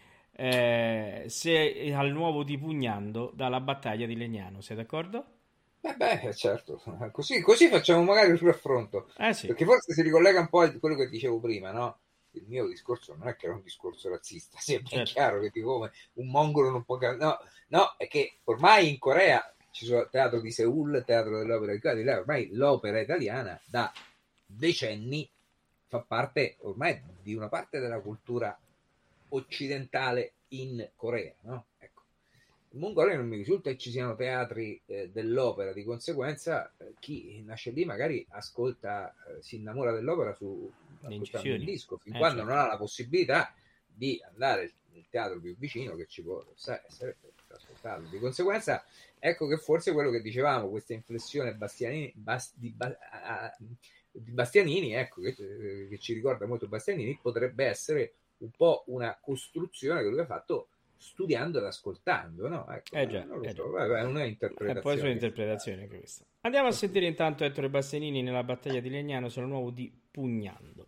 se al nuovo di Pugnando dalla battaglia di Legnano. Sei d'accordo? Beh, certo, così facciamo magari un raffronto, sì. Perché forse si ricollega un po' a quello che dicevo prima, no? Il mio discorso non è che era un discorso razzista, sia ben chiaro che come un mongolo non può... No, è che ormai in Corea ci sono il teatro di Seul, il teatro dell'opera di là, ormai l'opera italiana da decenni fa parte ormai di una parte della cultura occidentale in Corea, no? Ecco. In Mongolia non mi risulta che ci siano teatri dell'opera, di conseguenza chi nasce lì magari ascolta, si innamora dell'opera ascoltando il disco, fin quando certo. Non ha la possibilità di andare nel teatro più vicino che ci può essere per ascoltarlo. Di conseguenza ecco che forse quello che dicevamo, questa inflessione di Bastianini, ecco, che ci ricorda molto Bastianini, potrebbe essere un po' una costruzione che lui ha fatto studiando ed ascoltando, no? Ecco, so. È una interpretazione. È poi sua interpretazione anche questa. Andiamo a sentire intanto Ettore Bastianini nella battaglia di Legnano, sono nuovo di Pugnando.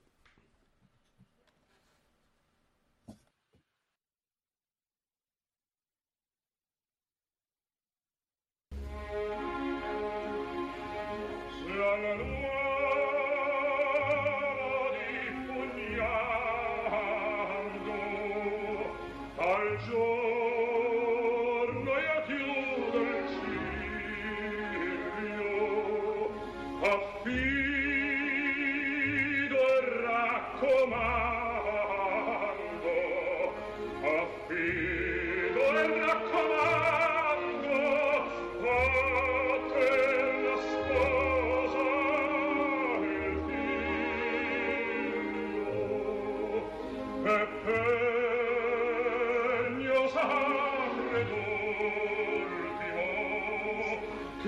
Che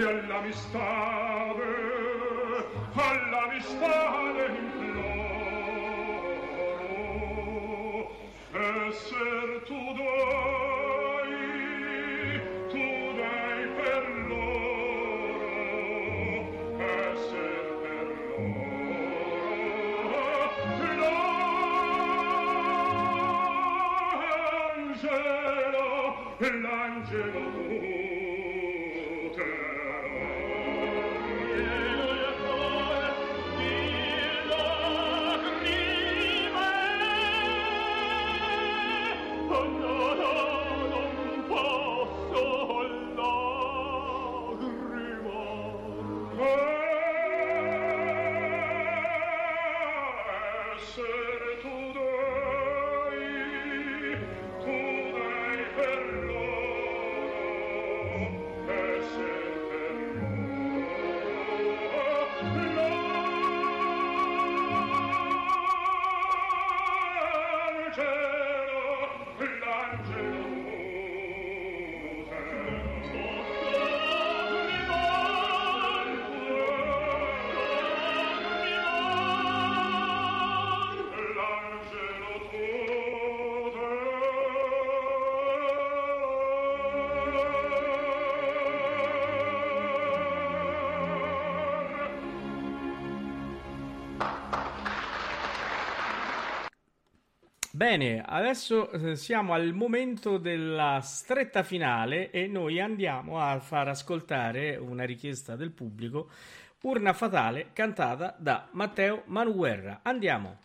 all'amistade imploro, esser tu dai per loro, esser per loro, l'angelo Bene, adesso siamo al momento della stretta finale e noi andiamo a far ascoltare una richiesta del pubblico, Urna Fatale, cantata da Matteo Manuguerra. Andiamo!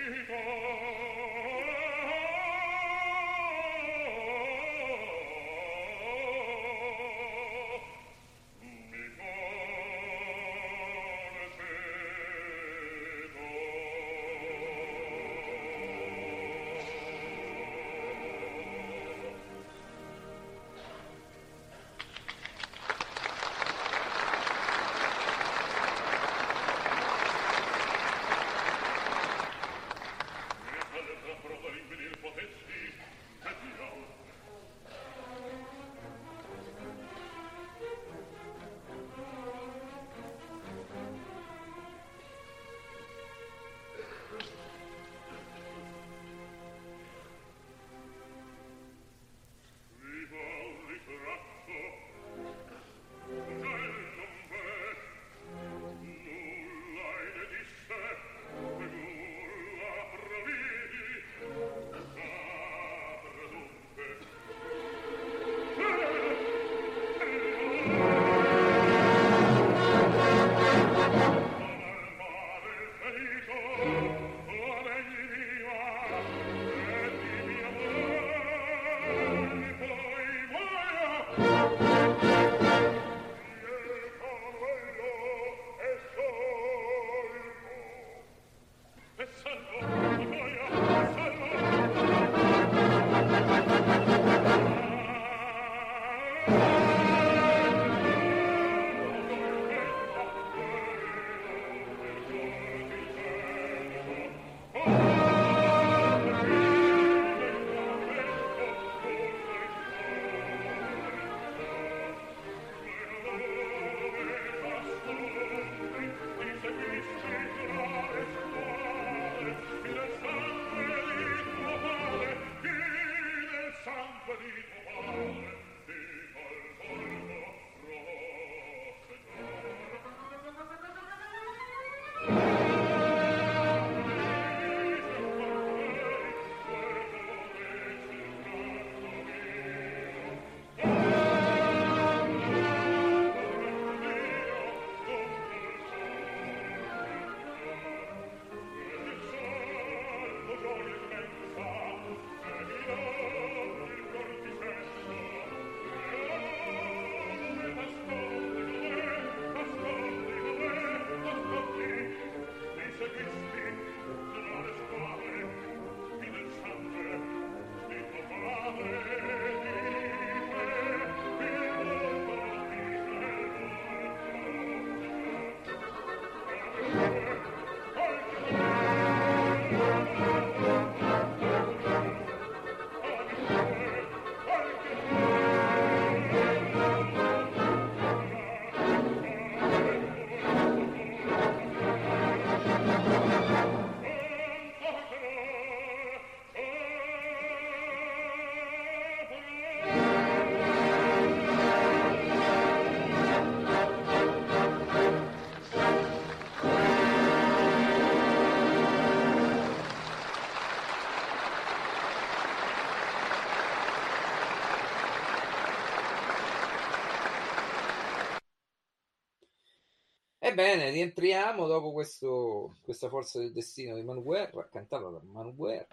Ebbene, rientriamo dopo questa Forza del Destino di Manguerra, cantata da Manguerra.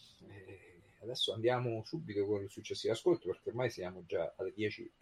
Adesso andiamo subito con il successivo ascolto, perché ormai siamo già alle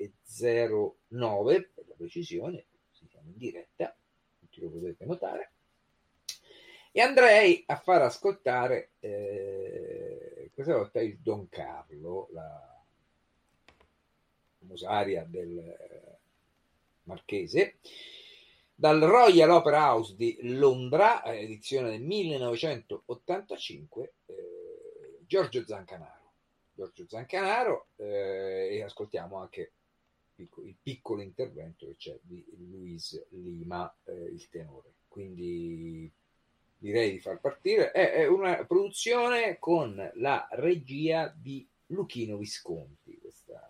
10:09 per la precisione, siamo in diretta, tutti lo potete notare. E andrei a far ascoltare questa volta il Don Carlo, la famosa aria del Marchese, dal Royal Opera House di Londra, edizione del 1985, Giorgio Zancanaro, e ascoltiamo anche il piccolo intervento che c'è di Luis Lima, il tenore. Quindi direi di far partire. È una produzione con la regia di Luchino Visconti,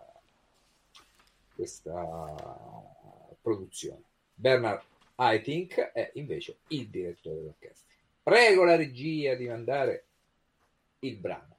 questa produzione. Bernard Haitink è invece il direttore dell'orchestra. Prego la regia di mandare il brano.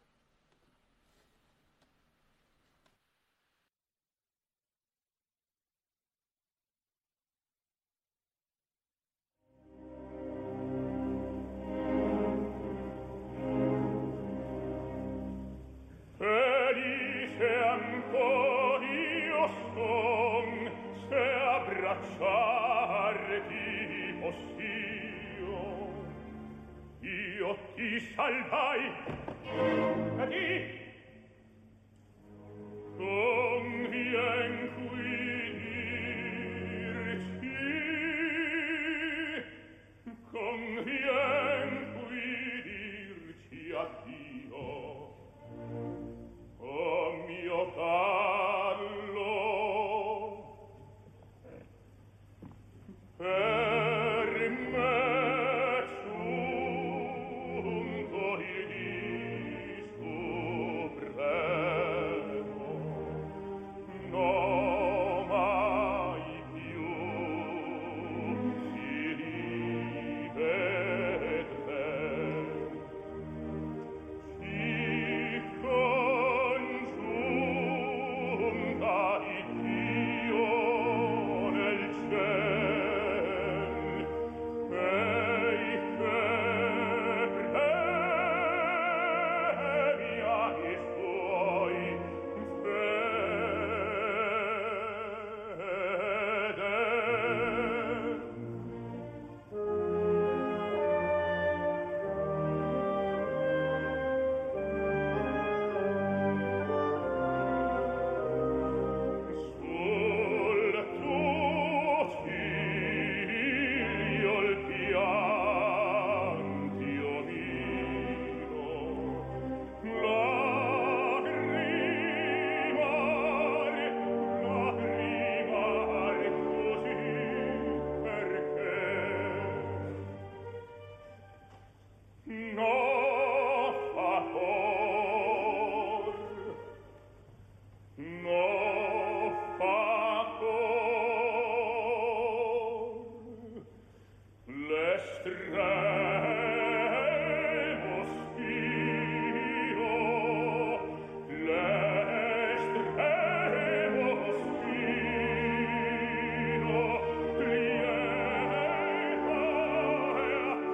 salvai e di convien qui dirci addio oh mio Carlo per me giunto il supremo no mai più si rivedrà si congiunta il Dio nel ciel e premia i suoi sul tuo ciglio il piantio miro lagrimare così perché no fa cor no fa cor l'estremo spiro lieto e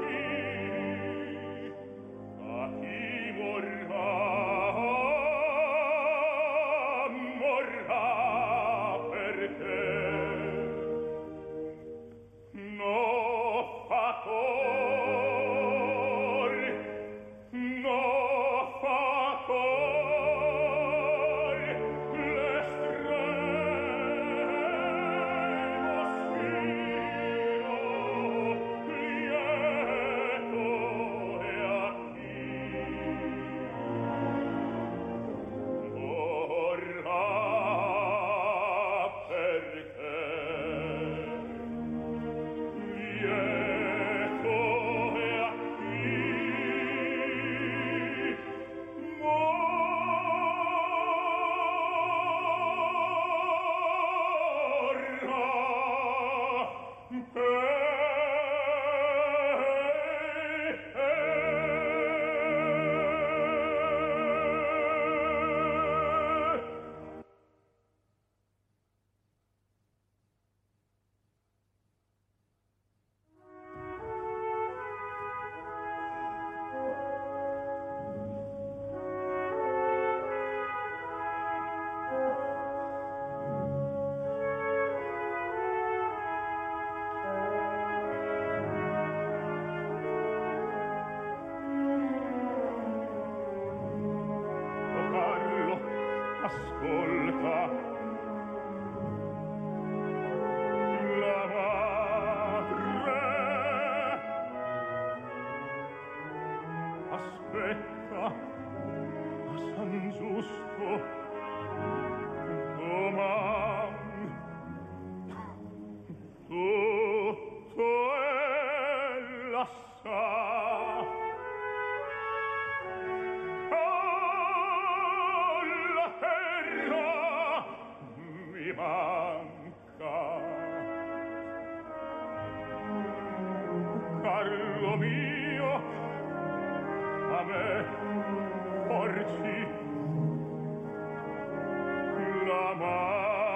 a chi morrà perché no fa cor no fa cor l'estremo spiro lieto e a chi morrà perché lieto e a chi Carlo, ascolta. La madre aspetta a San Giusto doman tutto ella sa. La terra mi manca, Carlo mio, a me porci la mano.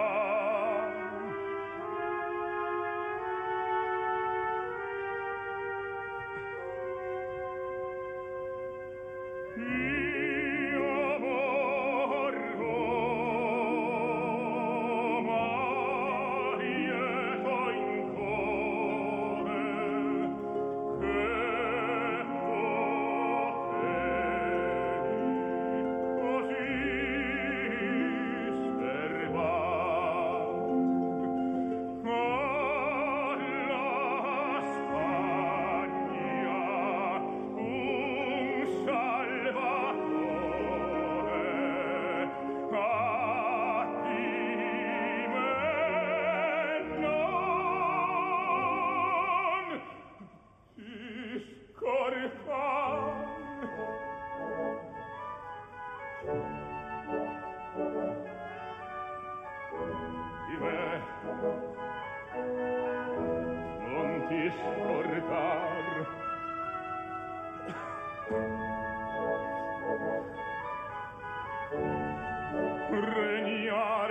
Io morro, ma lieto in cuore che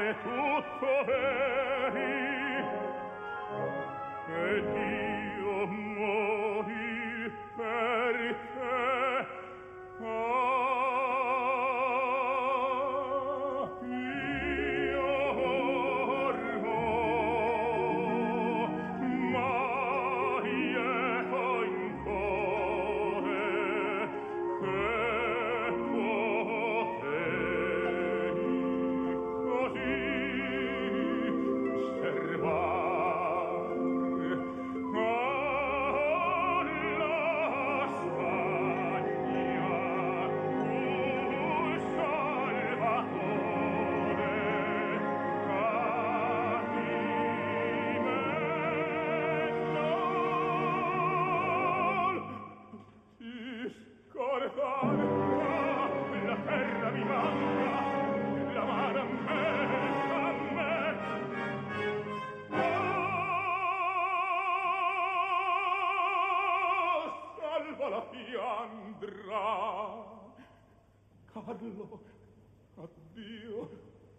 Carlo, addio.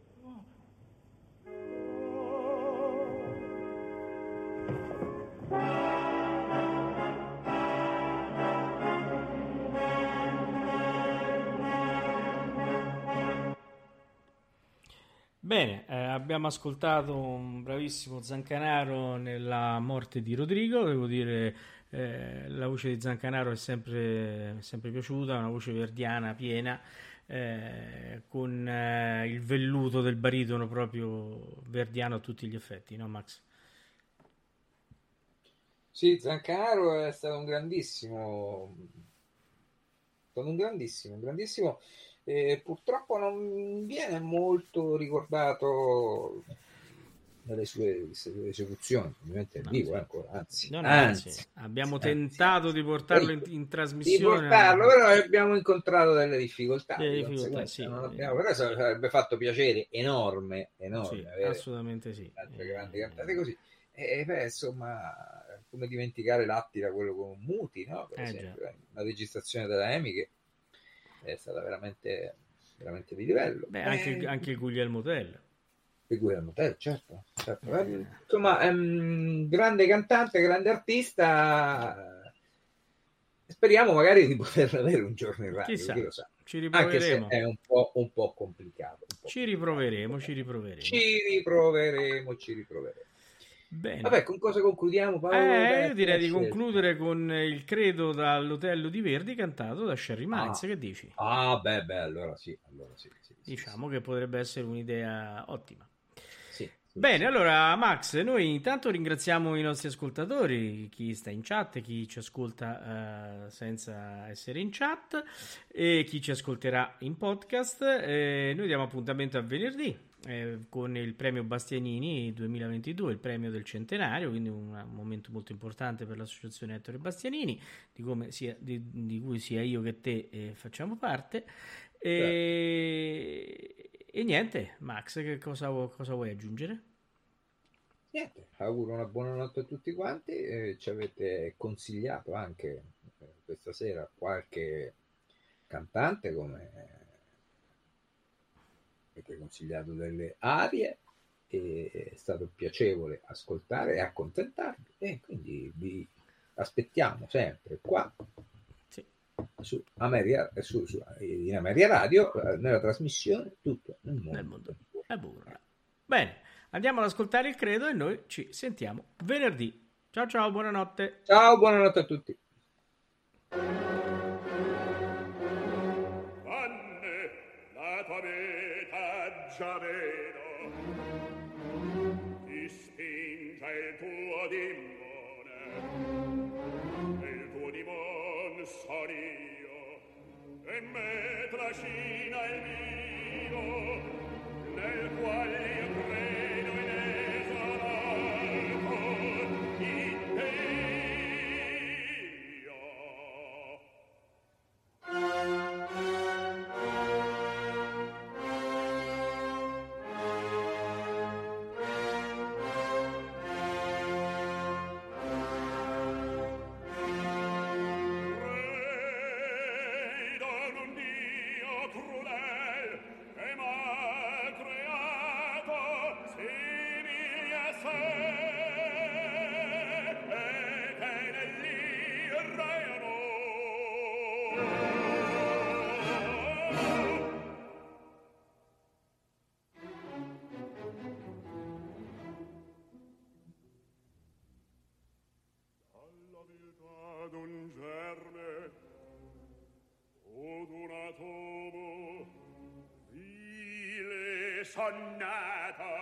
Bene, abbiamo ascoltato un bravissimo Zancanaro nella morte di Rodrigo. Devo dire, la voce di Zancanaro è sempre piaciuta, una voce verdiana piena, con il velluto del baritono proprio verdiano a tutti gli effetti, no Max? Sì, Zancanaro è stato un grandissimo, purtroppo non viene molto ricordato nelle sue esecuzioni, ovviamente è vivo ancora, anzi, abbiamo tentato di portarlo in trasmissione, però abbiamo incontrato delle difficoltà, sì. Non abbiamo, però sarebbe fatto piacere enorme sì, avere assolutamente sì, altre grandi cantate così, insomma, come dimenticare L'Attila, quello con Muti, no? Per esempio, una registrazione della EMI che è stata veramente di livello. Anche Guglielmo Tell. Certo. Insomma, è un grande cantante, grande artista. Speriamo magari di poterlo avere un giorno in radio. Chissà, chi lo sa. Ci riproveremo. Anche se è un po' complicato. Ci riproveremo. Ci riproveremo. Bene. Vabbè, con cosa concludiamo, Paolo? Io direi di concludere con il credo dall'Otello di Verdi cantato da Sherry Mines. Che dici? Allora sì. Diciamo che potrebbe essere un'idea ottima. Bene, allora Max, noi intanto ringraziamo i nostri ascoltatori, chi sta in chat, chi ci ascolta senza essere in chat e chi ci ascolterà in podcast. Noi diamo appuntamento a venerdì con il premio Bastianini 2022, il premio del centenario, quindi un momento molto importante per l'associazione Ettore Bastianini, di cui sia io che te facciamo parte. E niente, Max, che cosa vuoi aggiungere? Niente, auguro una buona notte a tutti quanti. Ci avete consigliato anche questa sera qualche cantante, come avete consigliato delle arie, e è stato piacevole ascoltare e accontentarvi, e quindi vi aspettiamo sempre qua su Ameria, in Ameria Radio, nella trasmissione Tutto nel mondo è burla. Bene, andiamo ad ascoltare il credo e noi ci sentiamo venerdì. Ciao, buonanotte. Ciao, buonanotte a tutti. Anne, la tua vita già vedo, ti spinge il tuo dimone, e il tuo dimon son io, e me trascina il mio, nel quale io credo inesorato in Dio. Credo in un Dio crudel che m'ha creato che son nato.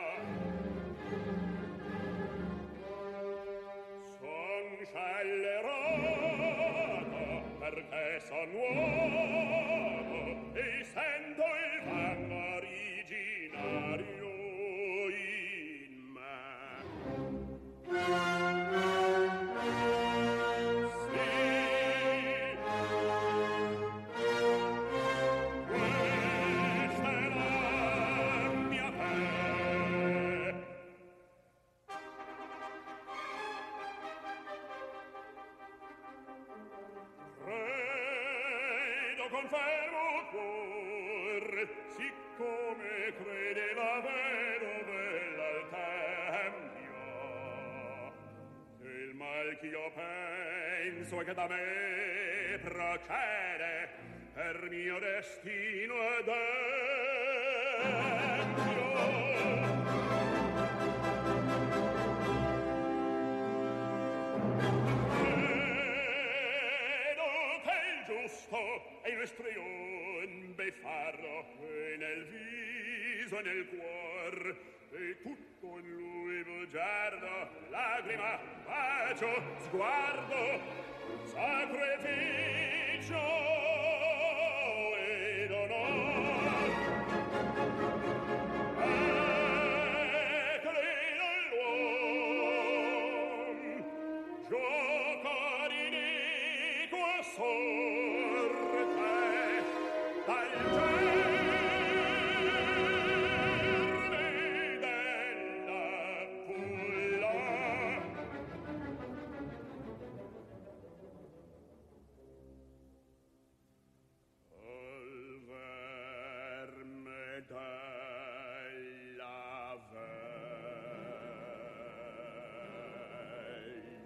Son scellerato perché son uomo e sento il vanno originario in me. Confermo cuore, siccome crede la vedovella al tempio, che il mal ch'io penso e che da me procede per mio destino ed empio. E il istrion beffarro e nel viso e nel cuor e tutto in lui bugiardo, lagrima, bacio, sguardo, sacrificio ed onor. E credo l'uom gioco d'iniqua sorte dal germe della culla. Al verme della vei.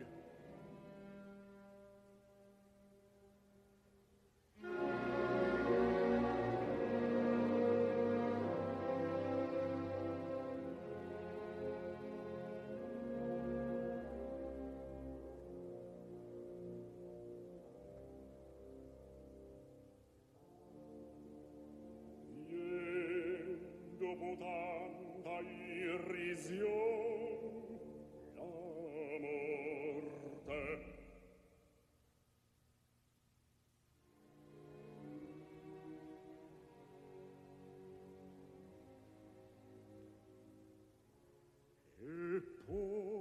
Dopo tanta irrisione, la morte. E poi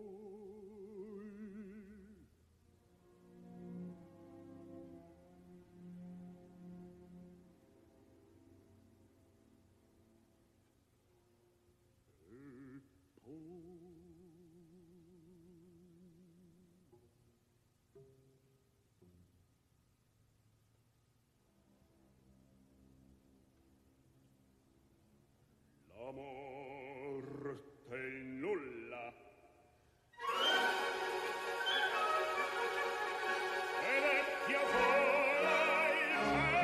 la morte il nulla. E vecchia vola il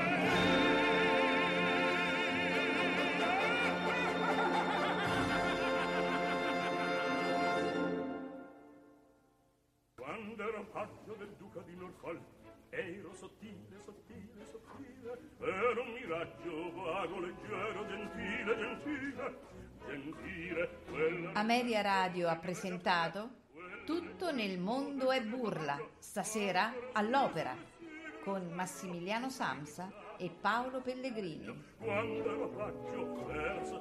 quando ero paggio del duca di Norfolk, ero sottile, sottile, sottile, ero un miraggio vago, leggero, gentile, gentile, gentile. Ameria Radio ha presentato Tutto nel mondo è burla, stasera all'Opera, con Massimiliano Samsa e Paolo Pellegrini. Quando ero paggio verso